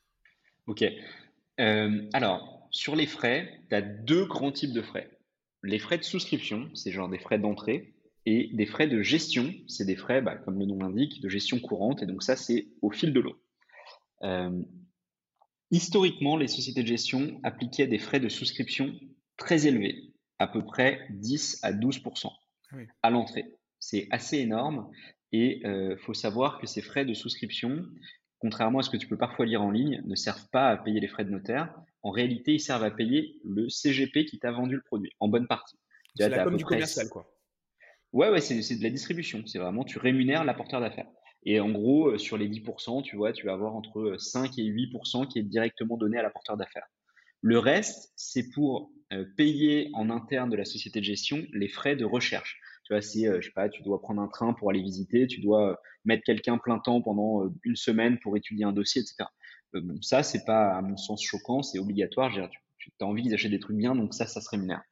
Ok. Euh, alors, sur les frais, tu as deux grands types de frais. Les frais de souscription, c'est genre des frais d'entrée, et des frais de gestion, c'est des frais, bah, comme le nom l'indique, de gestion courante, et donc ça, c'est au fil de l'eau. Euh, Historiquement, les sociétés de gestion appliquaient des frais de souscription très élevés, à peu près dix à douze pour cent Ah oui. à l'entrée. C'est assez énorme et il euh, faut savoir que ces frais de souscription, contrairement à ce que tu peux parfois lire en ligne, ne servent pas à payer les frais de notaire. En réalité, ils servent à payer le C G P qui t'a vendu le produit, en bonne partie. Tu C'est vois, la as à com peu du près. commercial, quoi. Ouais, ouais, c'est c'est de la distribution. C'est vraiment, tu rémunères l'apporteur d'affaires. Et en gros, euh, sur les dix pour cent, tu vois, tu vas avoir entre cinq et huit pour cent qui est directement donné à l'apporteur d'affaires. Le reste, c'est pour euh, payer en interne de la société de gestion les frais de recherche. Tu vois, si, euh, je sais pas, tu dois prendre un train pour aller visiter, tu dois euh, mettre quelqu'un plein temps pendant euh, une semaine pour étudier un dossier, et cetera. Euh, bon, ça, c'est pas, à mon sens, choquant, c'est obligatoire. Je veux dire, tu, tu as envie qu'ils achètent des trucs bien, donc ça, ça se rémunère.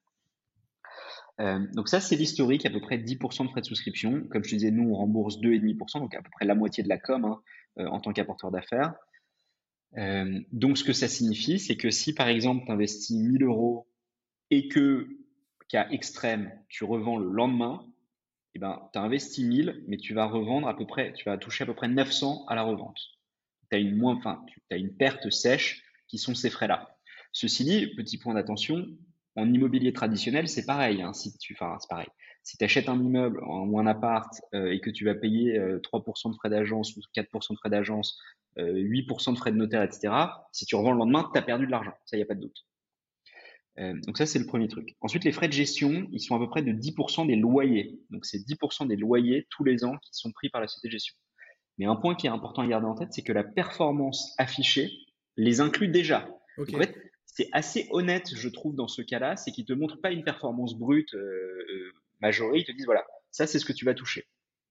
Euh, donc ça, c'est l'historique, à peu près dix pour cent de frais de souscription. Comme je te disais, nous, on rembourse deux virgule cinq pour cent, donc à peu près la moitié de la com hein, euh, en tant qu'apporteur d'affaires. Euh, donc, ce que ça signifie, c'est que si, par exemple, tu investis mille euros et que, cas extrême, tu revends le lendemain, eh ben, tu as investi mille, mais tu vas revendre à peu près, tu vas toucher à peu près neuf cents à la revente. Tu as une moins, enfin, tu as une perte sèche qui sont ces frais-là. Ceci dit, petit point d'attention, en immobilier traditionnel, c'est pareil. Hein, si tu, enfin, c'est pareil. Si tu achètes un immeuble ou un appart euh, et que tu vas payer euh, trois pour cent de frais d'agence ou quatre pour cent de frais d'agence, euh, huit pour cent de frais de notaire, et cetera, si tu revends le lendemain, tu as perdu de l'argent. Ça, il n'y a pas de doute. Euh, donc ça, c'est le premier truc. Ensuite, les frais de gestion, ils sont à peu près de dix pour cent des loyers. Donc c'est dix pour cent des loyers tous les ans qui sont pris par la société de gestion. Mais un point qui est important à garder en tête, c'est que la performance affichée les inclut déjà. Ok. Donc en fait, c'est assez honnête, je trouve, dans ce cas-là, c'est qu'ils ne te montrent pas une performance brute euh, euh, majorée, ils te disent, voilà, ça c'est ce que tu vas toucher.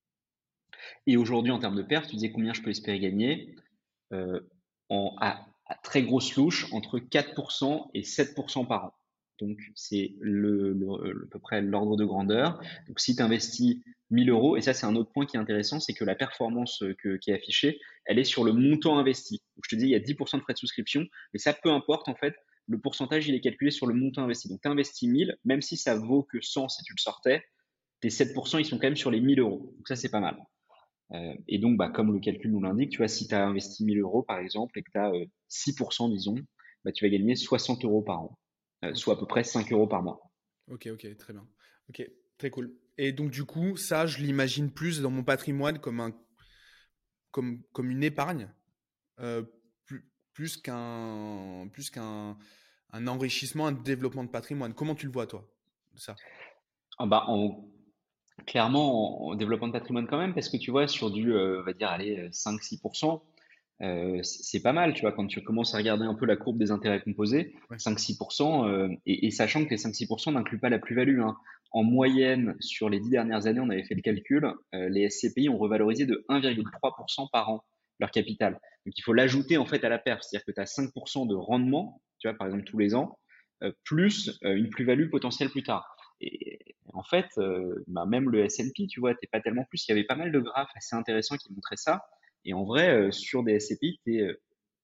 Et aujourd'hui, en termes de perte, tu disais combien je peux espérer gagner euh, en, à, à très grosse louche, entre quatre pour cent et sept pour cent par an. Donc, c'est le, le, le, à peu près l'ordre de grandeur. Donc, si tu investis mille euros, et ça, c'est un autre point qui est intéressant, c'est que la performance que, qui est affichée, elle est sur le montant investi. Donc, je te dis, il y a dix pour cent de frais de souscription, mais ça, peu importe, en fait, le pourcentage, il est calculé sur le montant investi. Donc, tu investis mille, même si ça vaut que cent si tu le sortais, tes sept pour cent, ils sont quand même sur les mille euros. Donc, ça, c'est pas mal. Euh, et donc, bah, comme le calcul nous l'indique, tu vois, si tu as investi mille euros, par exemple, et que tu as six pour cent, disons, bah, tu vas gagner soixante euros par an, euh, Ok, soit à peu près cinq euros par mois. ok, ok, très bien. Ok, très cool. Et donc du coup, ça, je l'imagine plus dans mon patrimoine comme un, comme, comme une épargne, euh, plus, plus qu'un, plus qu'un, un enrichissement, un développement de patrimoine. Comment tu le vois, toi, ça? Ah bah, en, clairement, en, en développement de patrimoine quand même, parce que tu vois, sur du, euh, on va dire, allez, cinq-six pour cent, euh, c'est c'est pas mal, tu vois, quand tu commences à regarder un peu la courbe des intérêts composés, Ouais. cinq-six pour cent, euh, et, et sachant que les cinq-six pour cent n'incluent pas la plus-value, hein. En moyenne, sur les dix dernières années, on avait fait le calcul, euh, les S C P I ont revalorisé de un virgule trois pour cent par an leur capital. Donc il faut l'ajouter en fait à la perf, c'est-à-dire que tu as cinq pour cent de rendement, tu vois, par exemple tous les ans, euh, plus euh, une plus-value potentielle plus tard. Et en fait, euh, bah, même le S and P, tu vois, t'es pas tellement plus. Il y avait pas mal de graphes assez intéressants qui montraient ça. Et en vrai, euh, sur des S and P, tu es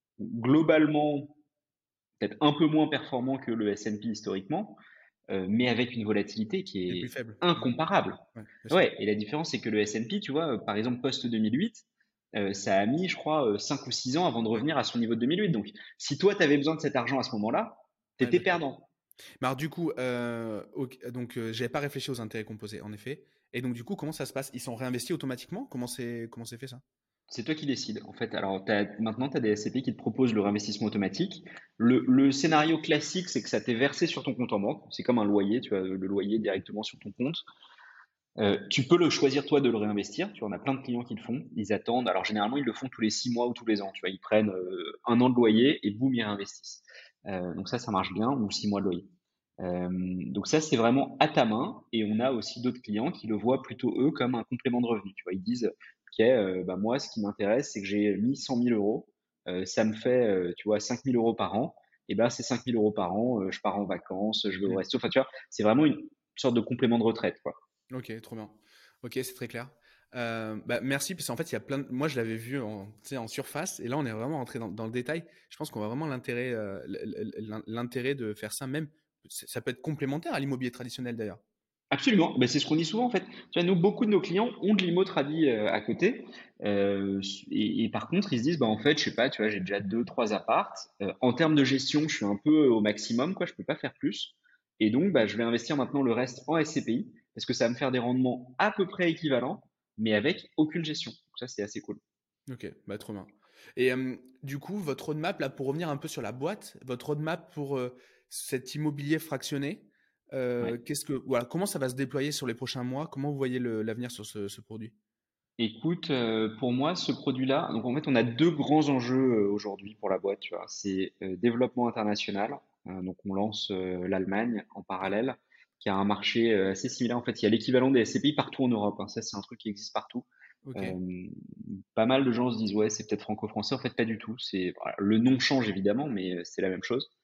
globalement peut-être un peu moins performant que le S and P historiquement, euh, mais avec une volatilité qui C'est plus est faible. Ouais, incomparable. ouais, bien sûr. Ouais, et la différence, c'est que le S and P, tu vois, euh, par exemple, post-deux mille huit, euh, ça a mis, je crois, euh, cinq ou six ans avant de Ouais, revenir à son niveau de deux mille huit. Donc, si toi, tu avais besoin de cet argent à ce moment-là, ouais, t'étais bien sûr. perdant. Mais alors du coup, euh, ok, donc euh, j'avais pas réfléchi aux intérêts composés, en effet. Et donc du coup, comment ça se passe? Ils sont réinvestis automatiquement? Comment c'est comment c'est fait ça? C'est toi qui décides. En fait, alors t'as, maintenant, tu as des S C P qui te proposent le réinvestissement automatique. Le, le scénario classique, c'est que ça t'est versé sur ton compte en banque. C'est comme un loyer, tu as le loyer directement sur ton compte. Euh, tu peux le choisir toi de le réinvestir. Tu en as plein de clients qui le font. Ils attendent. Alors généralement, ils le font tous les six mois ou tous les ans. Tu vois, ils prennent euh, un an de loyer et boum, ils réinvestissent. Euh, donc ça, ça marche bien, ou six mois de loyer. Euh, donc ça, c'est vraiment à ta main. Et on a aussi d'autres clients qui le voient plutôt eux comme un complément de revenu. Tu vois, ils disent, ok, euh, bah moi, ce qui m'intéresse, c'est que j'ai mis cent mille euros. Euh, ça me fait, euh, tu vois, cinq mille euros par an. Et ben, c'est cinq mille euros par an. Euh, je pars en vacances, je vais au Hmm. resto. Enfin, tu vois, c'est vraiment une sorte de complément de retraite, quoi. Ok, trop bien. Ok, c'est très clair. Euh, bah, merci, parce qu'en fait, il y a plein de... Moi, je l'avais vu en, tu sais, en surface, et là, on est vraiment rentré dans, dans le détail. Je pense qu'on voit vraiment l'intérêt, euh, l'in- l'intérêt de faire ça même. C'est- Ça peut être complémentaire à l'immobilier traditionnel, d'ailleurs. Absolument, ben, c'est ce qu'on dit souvent en fait. Tu vois, nous, beaucoup de nos clients ont de l'immo tradi euh, à côté, euh, et, et par contre, ils se disent, bah en fait, je sais pas, tu vois, j'ai déjà deux, trois apparts. Euh, en termes de gestion, je suis un peu au maximum, quoi, je peux pas faire plus. Et donc, bah, je vais investir maintenant le reste en S C P I parce que ça va me faire des rendements à peu près équivalents, mais avec aucune gestion. Donc ça, c'est assez cool. Ok, bah trop bien. Et euh, du coup, votre roadmap, là, pour revenir un peu sur la boîte, votre roadmap pour euh, cet immobilier fractionné, Ouais. euh, qu'est-ce que, voilà, comment ça va se déployer sur les prochains mois? Comment vous voyez le- l'avenir sur ce, ce produit? Écoute, euh, pour moi, ce produit-là, donc en fait, on a deux grands enjeux euh, aujourd'hui pour la boîte, tu vois. C'est euh, développement international. Euh, donc, on lance euh, l'Allemagne en Ouais. parallèle, qui a un marché euh, assez similaire. En fait, il y a l'équivalent des S C P I partout en Europe, hein. Ça, c'est un truc qui existe partout. Ok. Euh, Pas mal de gens se disent, ouais, c'est peut-être franco-français. En fait, pas du tout. C'est voilà, le nom change évidemment, mais euh, c'est la même chose.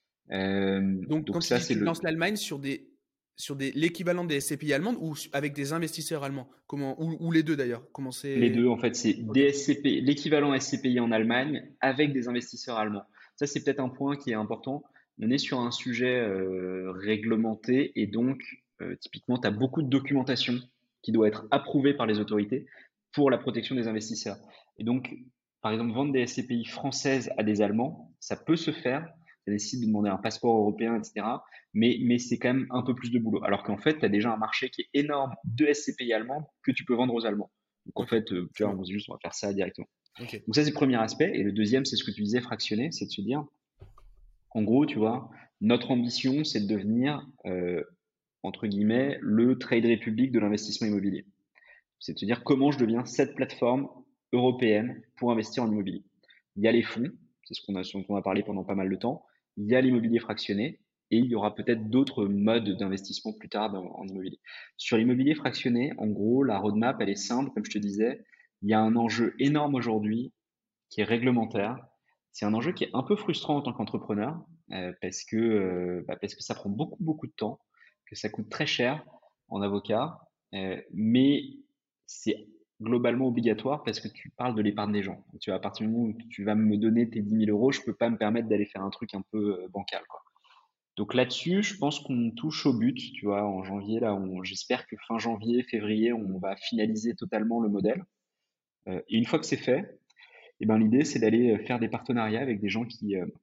Euh, Donc, quand donc tu ça, dis que c'est tu lances le l'Allemagne sur des, sur des, l'équivalent des S C P I allemandes ou su- avec des investisseurs allemands? Comment, ou, ou les deux d'ailleurs? Comment les c'est? deux. En fait, c'est des Ok. S C P, l'équivalent S C P I en Allemagne avec des investisseurs allemands. Ça, c'est peut-être un point qui est important. On est sur un sujet euh, réglementé et donc, euh, typiquement, tu as beaucoup de documentation qui doit être approuvée par les autorités pour la protection des investisseurs. Et donc, par exemple, vendre des S C P I françaises à des Allemands, ça peut se faire. Ça nécessite de demander un passeport européen, et cetera. Mais, mais c'est quand même un peu plus de boulot. Alors qu'en fait, tu as déjà un marché qui est énorme de S C P I allemandes que tu peux vendre aux Allemands. Donc en Ok. fait, euh, tu Très vois, bien. on se dit juste, on va faire ça directement. Ok. Donc ça, c'est le premier aspect. Et le deuxième, c'est ce que tu disais, fractionner, c'est de se dire, en gros, tu vois, notre ambition, c'est de devenir, euh, entre guillemets, le trade republic de l'investissement immobilier. C'est de se dire comment je deviens cette plateforme européenne pour investir en immobilier. Il y a les fonds, c'est ce qu'on a, ce dont on a parlé pendant pas mal de temps. Il y a l'immobilier fractionné et il y aura peut-être d'autres modes d'investissement plus tard dans- en immobilier. Sur l'immobilier fractionné, en gros, la roadmap, elle est simple, comme je te disais. Il y a un enjeu énorme aujourd'hui qui est réglementaire. C'est un enjeu qui est un peu frustrant en tant qu'entrepreneur euh, parce que euh, bah, parce que ça prend beaucoup beaucoup de temps, que ça coûte très cher en avocat, euh, mais c'est globalement obligatoire parce que tu parles de l'épargne des gens. Tu vois, à partir du moment où tu vas me donner tes dix mille euros, je peux pas me permettre d'aller faire un truc un peu euh, bancal, quoi. Donc là-dessus, je pense qu'on touche au but, tu vois, en janvier, là, on, j'espère que fin janvier, février, on va finaliser totalement le modèle. Euh, et une fois que c'est fait, eh ben, l'idée, c'est d'aller euh, faire des partenariats avec des gens qui euh,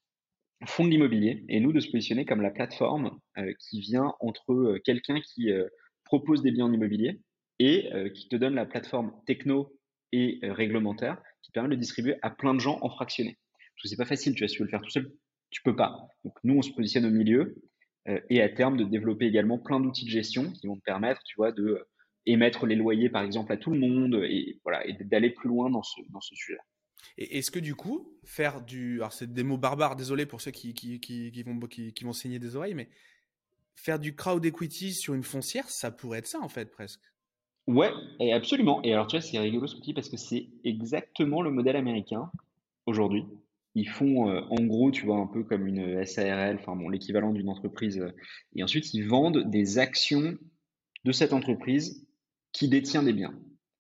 font de l'immobilier et nous de se positionner comme la plateforme euh, qui vient entre euh, quelqu'un qui euh, propose des biens en immobilier et euh, qui te donne la plateforme techno et euh, réglementaire qui permet de distribuer à plein de gens en fractionné. Parce que c'est pas facile, tu vois, si tu veux le faire tout seul, tu peux pas. Donc nous, on se positionne au milieu euh, et à terme de développer également plein d'outils de gestion qui vont te permettre, tu vois, de euh, émettre les loyers par exemple à tout le monde et voilà et d'aller plus loin dans ce dans ce sujet. Et est-ce que du coup, faire du... Alors c'est des mots barbares, désolé pour ceux qui, qui, qui, qui vont, qui, qui vont saigner des oreilles, mais faire du crowd equity sur une foncière, ça pourrait être ça en fait presque. Ouais, et absolument. Et alors, tu vois, c'est rigolo ce que tu dis parce que c'est exactement le modèle américain aujourd'hui. Ils font, euh, en gros, tu vois, un peu comme une S A R L, enfin bon, l'équivalent d'une entreprise. euh, Et ensuite, ils vendent des actions de cette entreprise qui détient des biens.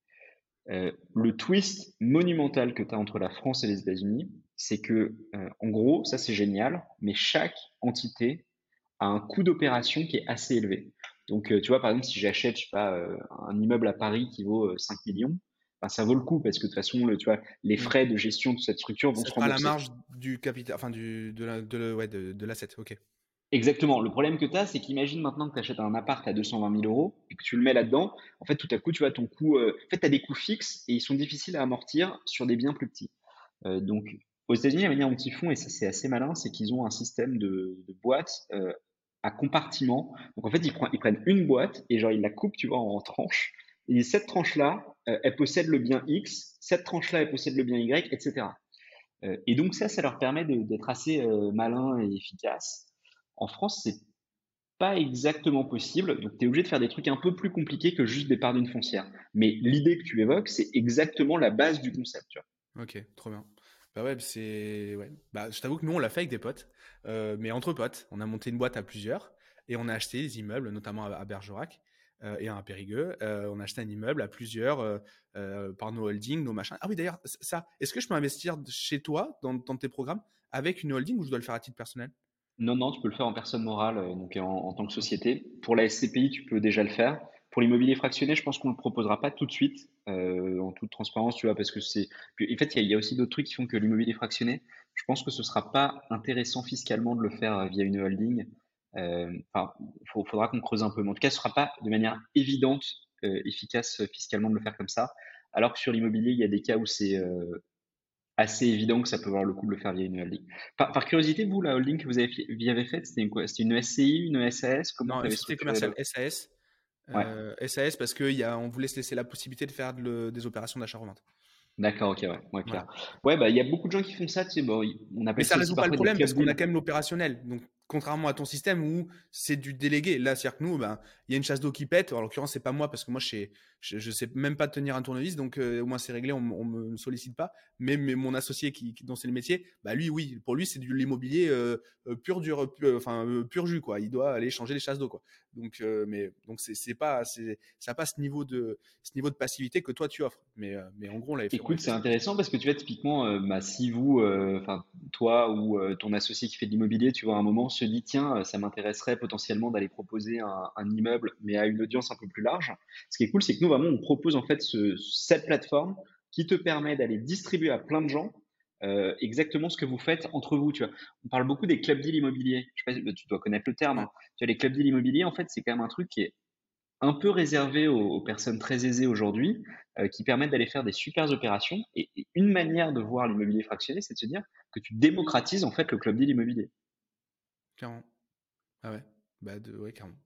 Euh, le twist monumental que tu as entre la France et les États-Unis, c'est que, euh, en gros, ça c'est génial, mais chaque entité a un coût d'opération qui est assez élevé. Donc, euh, tu vois, par exemple, si j'achète, je sais pas, euh, un immeuble à Paris qui vaut euh, cinq millions, ben, ça vaut le coup parce que de toute façon, le, tu vois, les Hmm. frais de gestion de cette structure vont Ça se sera la rembourser. marge du capital, enfin du, de la, de, ouais, de, de l'asset, ok. Exactement. Le problème que tu as, c'est qu'imagine maintenant que tu achètes un appart à deux cent vingt mille euros et que tu le mets là-dedans. En fait, tout à coup, tu vois, ton coût, euh, en fait, tu as des coûts fixes et ils sont difficiles à amortir sur des biens plus petits. Euh, donc, aux États-Unis, la manière dont ils font, et ça c'est assez malin, c'est qu'ils ont un système de, de boîtes euh, à compartiments. Donc, en fait, ils, prennent, ils prennent une boîte et genre ils la coupent, tu vois, en tranches. Et cette tranche-là, euh, elle possède le bien X, cette tranche-là, elle possède le bien Y, et cetera. Euh, et donc ça, ça leur permet de- d'être assez euh, malin et efficace. En France, c'est pas exactement possible, donc tu es obligé de faire des trucs un peu plus compliqués que juste des parts d'une foncière. Mais l'idée que tu évoques, c'est exactement la base du concept, tu vois. Ok, trop bien. Bah ouais, c'est... Ouais. Bah, je t'avoue que nous, on l'a fait avec des potes, euh, mais entre potes. On a monté une boîte à plusieurs et on a acheté des immeubles, notamment à, à Bergerac euh, et à Périgueux. Euh, on a acheté un immeuble à plusieurs euh, euh, par nos holdings, nos machins. Ah oui, d'ailleurs, c- ça, est-ce que je peux investir chez toi, dans, dans tes programmes, avec une holding ou je dois le faire à titre personnel? Non, non, tu peux le faire en personne morale, euh, donc en, en tant que Ok. société. Pour la S C P I, tu peux déjà le faire. Pour l'immobilier fractionné, je pense qu'on le proposera pas tout de suite, euh, en toute transparence, tu vois, parce que c'est. Puis, en fait, il y, a il y a aussi d'autres trucs qui font que l'immobilier fractionné, je pense que ce sera pas intéressant fiscalement de le faire euh, via une holding. Euh, Enfin, faut- faudra qu'on creuse un peu. Mais en tout cas, ce sera pas de manière évidente, euh, efficace euh, fiscalement de le faire comme ça. Alors que sur l'immobilier, il y a des cas où c'est euh, assez évident que ça peut valoir le coup de le faire via une holding. Par, par curiosité, vous, la holding que vous avez, fi- vous avez faite, c'était une quoi? C'était une S C I, une S A S? Comment Non, tu une avais société structuré la... commerciale, S A S. Ouais, Euh, S A S parce qu'on voulait se laisser la possibilité de faire de le- des opérations d'achat-revente. d'accord, ok, ouais, ouais, clair. Voilà. Ouais, bah, il y a beaucoup de gens qui font ça, tu sais, bon, y- on Mais appelle ça ça aussi résout pas le parfois des problème parce club qu'on a deals. quand même l'opérationnel. Donc, contrairement à ton système où c'est du délégué, là, c'est-à-dire que nous, ben, il y a une chasse d'eau qui pète. En l'occurrence, c'est pas moi parce que moi, je sais, je, je sais même pas tenir un tournevis, donc euh, au moins c'est réglé, on, m- on me sollicite pas. Mais, mais mon associé qui, qui dont c'est le métier, bah lui, oui, pour lui, c'est de l'immobilier euh, euh, pur dur, pur- enfin euh, pur jus quoi. Il doit aller changer les chasses d'eau quoi. Donc, euh, mais donc c'est c'est pas, c'est ça a pas ce niveau de ce niveau de passivité que toi tu offres. Mais euh, mais en gros, on l'avait fait, on l'avait Écoute, fait c'est ça comme ça. intéressant parce que tu vois, typiquement, euh, bah, si vous, euh, enfin, toi ou euh, ton associé qui fait de l'immobilier, tu vois, à un moment se dit, tiens, euh, ça m'intéresserait potentiellement d'aller proposer un, un immeuble, mais à une audience un peu plus large. Ce qui est cool, c'est que nous, vraiment, on propose en fait ce- cette plateforme qui te permet d'aller distribuer à plein de gens euh, exactement ce que vous faites entre vous, tu vois. On parle beaucoup des club deals immobiliers. Je sais pas, tu dois connaître le terme, Ouais. hein. Tu vois, les club deals immobiliers, en fait, c'est quand même un truc qui est un peu réservé aux, aux personnes très aisées aujourd'hui, euh, qui permettent d'aller faire des super opérations. Et, et une manière de voir l'immobilier fractionné, c'est de se dire que tu démocratises en fait le club deal immobilier. Clairement. Ah ouais. Bah de, ouais, carrément.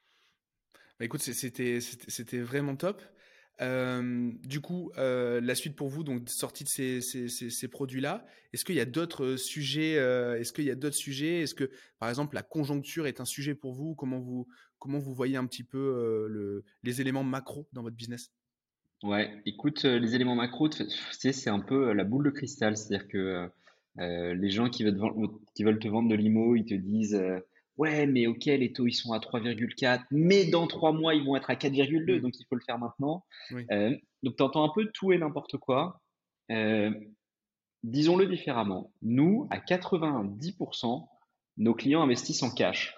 Bah, écoute, c'est- c'était c'était c'était vraiment top. Euh, du coup, euh, la suite pour vous, donc sortie de ces, ces, ces, ces produits-là, est-ce qu'il y a d'autres euh, sujets euh, Est-ce qu'il y a d'autres sujets Est-ce que, par exemple, la conjoncture est un sujet pour vous Comment vous comment vous voyez un petit peu euh, le, les éléments macro dans votre business? Ouais, écoute, euh, les éléments macro, tu sais, c'est un peu euh, la boule de cristal, c'est-à-dire que euh, euh, les gens qui veulent te vendre, qui veulent te vendre de l'IMO, ils te disent euh, ouais, mais ok, les taux ils sont à trois virgule quatre, mais dans trois mois ils vont être à quatre virgule deux, Hmm. donc il faut le faire maintenant. Oui. Euh, donc tu entends un peu tout et n'importe quoi. Euh, Disons-le différemment. Nous, à quatre-vingt-dix pour cent, nos clients investissent en cash.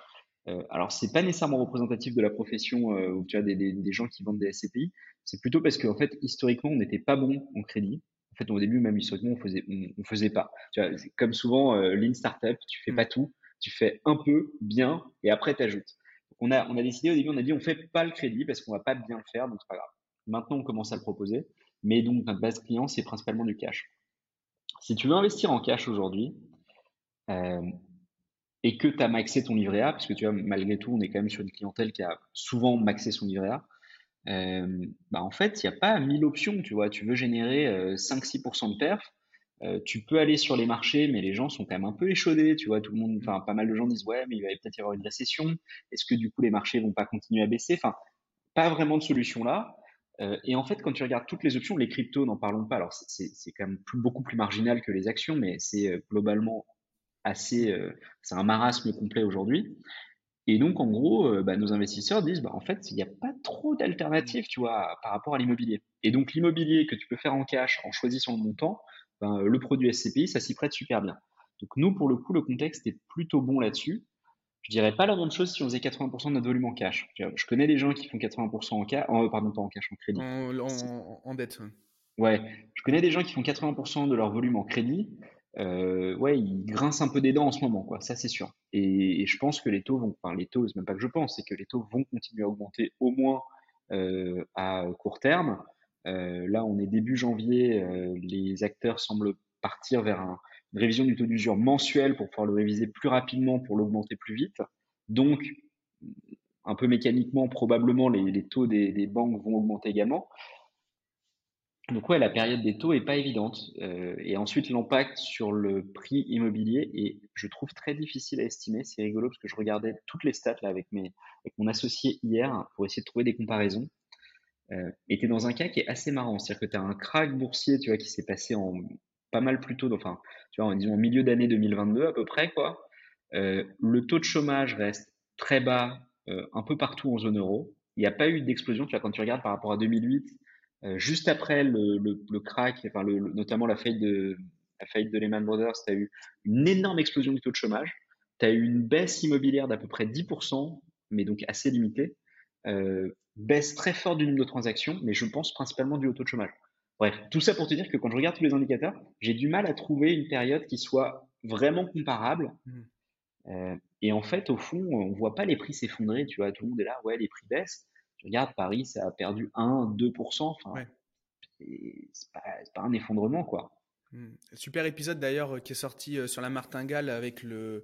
Euh, alors, c'est pas nécessairement représentatif de la profession euh, où tu as des, des, des gens qui vendent des S C P I. C'est plutôt parce qu'en fait, historiquement, on n'était pas bon en crédit. En fait, au début, même historiquement, on faisait, on, on faisait pas. Tu vois, c'est comme souvent, euh, lean startup, tu fais Mm. pas tout, tu fais un peu bien et après t'ajoutes. Donc, on a, on a décidé au début, on a dit, on fait pas le crédit parce qu'on va pas bien le faire, donc c'est pas grave. Maintenant, on commence à le proposer, mais donc notre base client, c'est principalement du cash. Si tu veux investir en cash aujourd'hui, euh, et que tu as maxé ton livret A, parce que tu vois, malgré tout, on est quand même sur une clientèle qui a souvent maxé son livret A, euh, bah en fait, il n'y a pas mille options, tu vois. Tu veux générer euh, cinq six pour cent de perf, euh, tu peux aller sur les marchés, mais les gens sont quand même un peu échaudés, tu vois. Tout le monde, Mm. enfin, pas mal de gens disent, ouais, mais il va peut-être y avoir une récession. Est-ce que du coup, les marchés vont pas continuer à baisser? Enfin, pas vraiment de solution là. Euh, et en fait, quand tu regardes toutes les options, les cryptos, n'en parlons pas. Alors, c'est c'est quand même plus, beaucoup plus marginal que les actions, mais c'est euh, globalement assez, euh, c'est un marasme complet aujourd'hui. Et donc, en gros, euh, bah, nos investisseurs disent, bah, en fait, il n'y a pas trop Mm. d'alternatives, tu vois, par rapport à l'immobilier. Et donc, l'immobilier que tu peux faire en cash en choisissant le montant, ben, le produit S C P I, ça s'y prête super bien. Donc, nous, pour le coup, le contexte est plutôt bon là-dessus. Je dirais pas la même chose si on faisait quatre-vingts pour cent de notre volume en cash. Je connais des gens qui font quatre-vingts pour cent en cash, pardon, pas en cash, en crédit. En, en, en dette. Ouais. Ouais, je connais des gens qui font quatre-vingts pour cent de leur volume en crédit. Euh, ouais, ils grincent un peu des dents en ce moment, quoi. Ça, c'est sûr. Et, et je pense que les taux vont, enfin, les taux, c'est même pas que je pense, c'est que les taux vont continuer à augmenter au moins euh, à court terme. Euh, là, on est début janvier, euh, les acteurs semblent partir vers un- une révision du taux d'usure mensuel pour pouvoir le réviser plus rapidement, pour l'augmenter plus vite. Donc, un peu mécaniquement, probablement, les, les taux des, des banques vont augmenter également. Donc ouais, la période des taux est pas évidente. Euh, et ensuite, l'impact sur le prix immobilier est, je trouve, très difficile à estimer. C'est rigolo parce que je regardais toutes les stats là avec mes, avec mon associé hier pour essayer de trouver des comparaisons. Euh, et t'es dans un cas qui est assez marrant, c'est-à-dire que tu as un krach boursier, tu vois, qui s'est passé en pas mal plus tôt, enfin, tu vois, en disons en milieu d'année deux mille vingt-deux à peu près, quoi. Euh, le taux de chômage reste très bas euh, un peu partout en zone euro. Il n'y a pas eu d'explosion, tu vois, quand tu regardes par rapport à deux mille huit, euh, juste après le, le, le crack, enfin, le, le- notamment la faillite de, la faillite de Lehman Brothers, tu as eu une énorme explosion du taux de chômage. Tu as eu une baisse immobilière d'à peu près dix pour cent, mais donc assez limitée. Euh, baisse très forte du nombre de transactions, mais je pense principalement du taux de chômage. Bref, tout ça pour te dire que quand je regarde tous les indicateurs, j'ai du mal à trouver une période qui soit vraiment comparable. Mm. Euh, et en fait, au fond, on voit pas les prix s'effondrer. Tu vois, tout le monde est là, ouais, les prix baissent. Tu regardes Paris, ça a perdu un, deux pour cent. Enfin, Ouais. c'est c'est pas, c'est pas un effondrement, quoi. Mm. Super épisode d'ailleurs euh, qui est sorti euh, sur la martingale avec le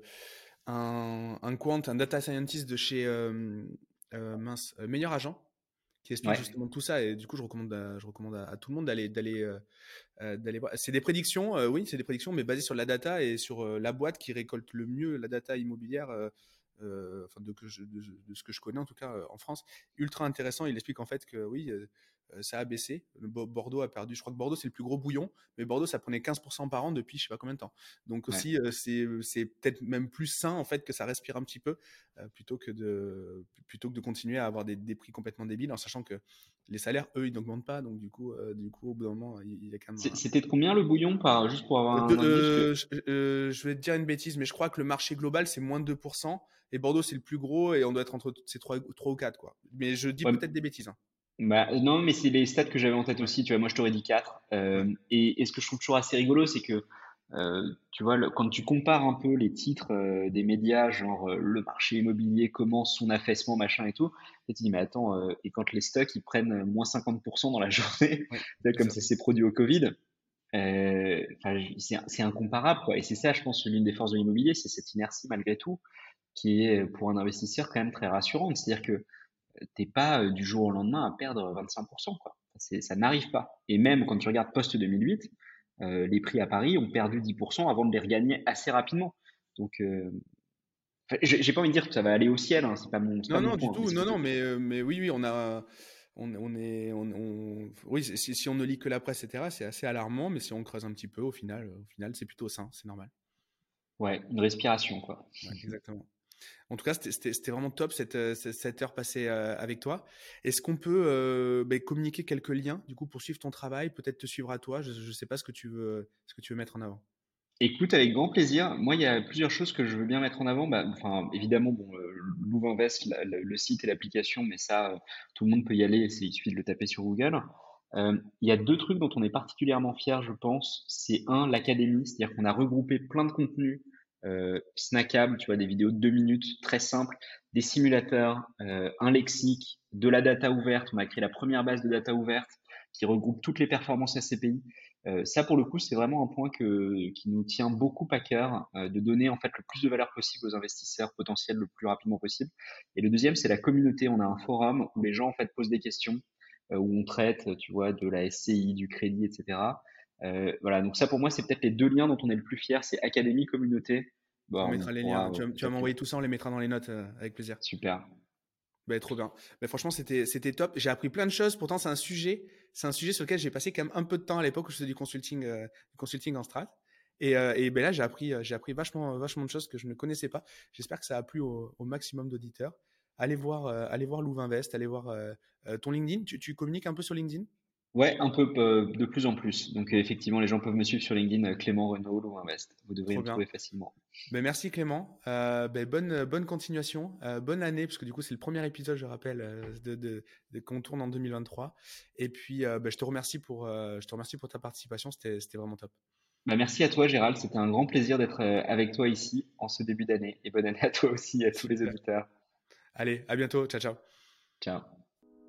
un, un quant, un data scientist de chez euh, euh, mince, euh, Meilleur Agent qui explique Ouais, justement tout ça et du coup je recommande à, je recommande à, à tout le monde d'aller d'aller euh, euh, d'aller voir. C'est des prédictions, euh, oui, c'est des prédictions, mais basées sur la data et sur euh, la boîte qui récolte le mieux la data immobilière, euh, euh, enfin de, que je- de, de ce que je connais en tout cas euh, en France. Ultra intéressant. Il explique en fait que oui, euh, euh, ça a baissé. Le Bo- Bordeaux a perdu. Je crois que Bordeaux c'est le plus gros bouillon, mais Bordeaux ça prenait quinze pour cent par an depuis je sais pas combien de temps. Donc ouais. aussi euh, c'est c'est peut-être même plus sain en fait que ça respire un petit peu euh, plutôt que de plutôt que de continuer à avoir des, des prix complètement débiles en sachant que les salaires eux ils n'augmentent pas donc du coup euh, du coup au bout d'un moment il, il y a quand même C'est- un, C'était de combien le bouillon, par, juste pour avoir euh, de- un indice? Parce euh, que, je, euh, je vais te dire une bêtise, mais je crois que le marché global, c'est moins de deux pour cent. Et Bordeaux, c'est le plus gros. Et on doit être entre ces trois ou quatre, quoi. Mais je dis ouais, peut-être des bêtises. Hein. bah, non, mais c'est les stats que j'avais en tête Ouais, aussi. Tu vois, moi, je t'aurais dit quatre. ouais. Euh, et, et ce que je trouve toujours assez rigolo, c'est que, euh, tu vois, le- quand tu compares un peu les titres euh, des médias, genre euh, le marché immobilier commence son affaissement, machin et tout, et tu dis, mais attends, euh, et quand les stocks, ils prennent euh, moins cinquante pour cent dans la journée, tu Ouais, vois, c'est comme ça. ça s'est produit au Covid, euh, enfin, je- c'est c'est incomparable, quoi. Et c'est ça, je pense, l'une des forces de l'immobilier, c'est cette inertie, malgré tout, qui est, pour un investisseur, quand même très rassurante. C'est-à-dire que t'es pas euh, du jour au lendemain à perdre vingt-cinq pour cent, quoi. C'est, ça n'arrive pas. Et même quand tu regardes post deux mille huit, euh, les prix à Paris ont perdu dix pour cent avant de les regagner assez rapidement. Donc, euh, enfin, j'ai j'ai pas envie de dire que ça va aller au ciel, hein, c'est pas mon, c'est pas Non, mon non, du point, mais tout. c'est Non, plutôt non, que, mais, euh, mais oui, oui, on a. On, on est, on, on- oui, si, si on ne lit que la presse, et cetera, c'est assez alarmant, mais si on creuse un petit peu, au final, au final, c'est plutôt sain, c'est normal. ouais, une respiration, quoi. Ouais, exactement. En tout cas, c'était c'était- c'était vraiment top cette, euh, cette cette heure passée euh, avec toi. Est-ce qu'on peut euh, ben, communiquer quelques liens, du coup, pour suivre ton travail, peut-être te suivre à toi. Je ne sais pas ce que tu veux, ce que tu veux mettre en avant. Écoute, avec grand plaisir. Moi, il y a plusieurs choses que je veux bien mettre en avant. Bah, enfin, évidemment, bon, euh, Louvainvest, la- la- le site et l'application, mais ça, euh, tout le monde peut y aller. C'est, il suffit de le taper sur Google. Euh, il y a deux trucs dont on est particulièrement fier, je pense. C'est un, l'académie, c'est-à-dire qu'on a regroupé plein de contenus euh, snackables, tu vois, des vidéos de deux minutes, très simples, des simulateurs, euh, un lexique, de la data ouverte. On a créé la première base de data ouverte qui regroupe toutes les performances S C P I. Euh, ça, pour le coup, c'est vraiment un point que, qui nous tient beaucoup à cœur, euh, de donner en fait le plus de valeur possible aux investisseurs potentiels le plus rapidement possible. Et le deuxième, c'est la communauté. On a un forum où les gens en fait posent des questions, euh, où on traite, tu vois, de la S C I, du crédit, et cetera. Euh, voilà. Donc ça, pour moi, c'est peut-être les deux liens dont on est le plus fier, c'est académie, communauté. On Bon, on mettra les liens. pourra Tu euh, vas, tu vas peut-être. m'envoyer tout ça, on les mettra dans les notes euh, avec plaisir. Super. Ben, trop bien. Ben, franchement, c'était, c'était top. J'ai appris plein de choses. Pourtant, c'est un sujet, c'est un sujet sur lequel j'ai passé quand même un peu de temps à l'époque où je faisais du consulting, euh, du consulting en strat. Et, euh, et ben là, j'ai appris, euh, j'ai appris vachement, vachement de choses que je ne connaissais pas. J'espère que ça a plu au, au maximum d'auditeurs. Allez voir, euh, allez voir Louvainvest, allez voir euh, euh, ton LinkedIn. Tu, tu communiques un peu sur LinkedIn? Ouais, un peu euh, de plus en plus. Donc euh, effectivement, les gens peuvent me suivre sur LinkedIn, euh, Clément Renaud ou Invest. Vous devriez Trop me bien. trouver facilement. Ben, merci Clément. Euh, ben, bonne, bonne continuation, euh, bonne année, parce que du coup c'est le premier épisode, je rappelle, euh, de, de, de qu'on tourne en deux mille vingt-trois. Et puis euh, ben, je te remercie pour, euh, je te remercie pour ta participation, c'était, c'était vraiment top. Bah, merci à toi, Gérald. C'était un grand plaisir d'être euh, avec toi ici en ce début d'année. Et bonne année à toi aussi et à tous les Super. auditeurs. Allez, à bientôt, ciao ciao. Ciao.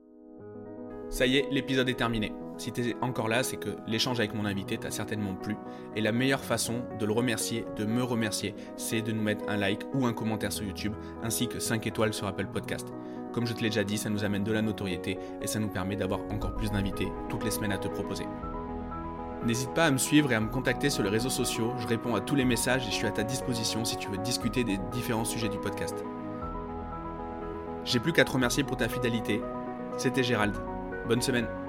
Ça y est, l'épisode est terminé. Si tu es encore là, c'est que l'échange avec mon invité t'a certainement plu. Et la meilleure façon de le remercier, de me remercier, c'est de nous mettre un like ou un commentaire sur YouTube, ainsi que cinq étoiles sur Apple Podcast. Comme je te l'ai déjà dit, ça nous amène de la notoriété et ça nous permet d'avoir encore plus d'invités toutes les semaines à te proposer. N'hésite pas à me suivre et à me contacter sur les réseaux sociaux, je réponds à tous les messages et je suis à ta disposition si tu veux discuter des différents sujets du podcast. J'ai plus qu'à te remercier pour ta fidélité. C'était Gérald. Bonne semaine.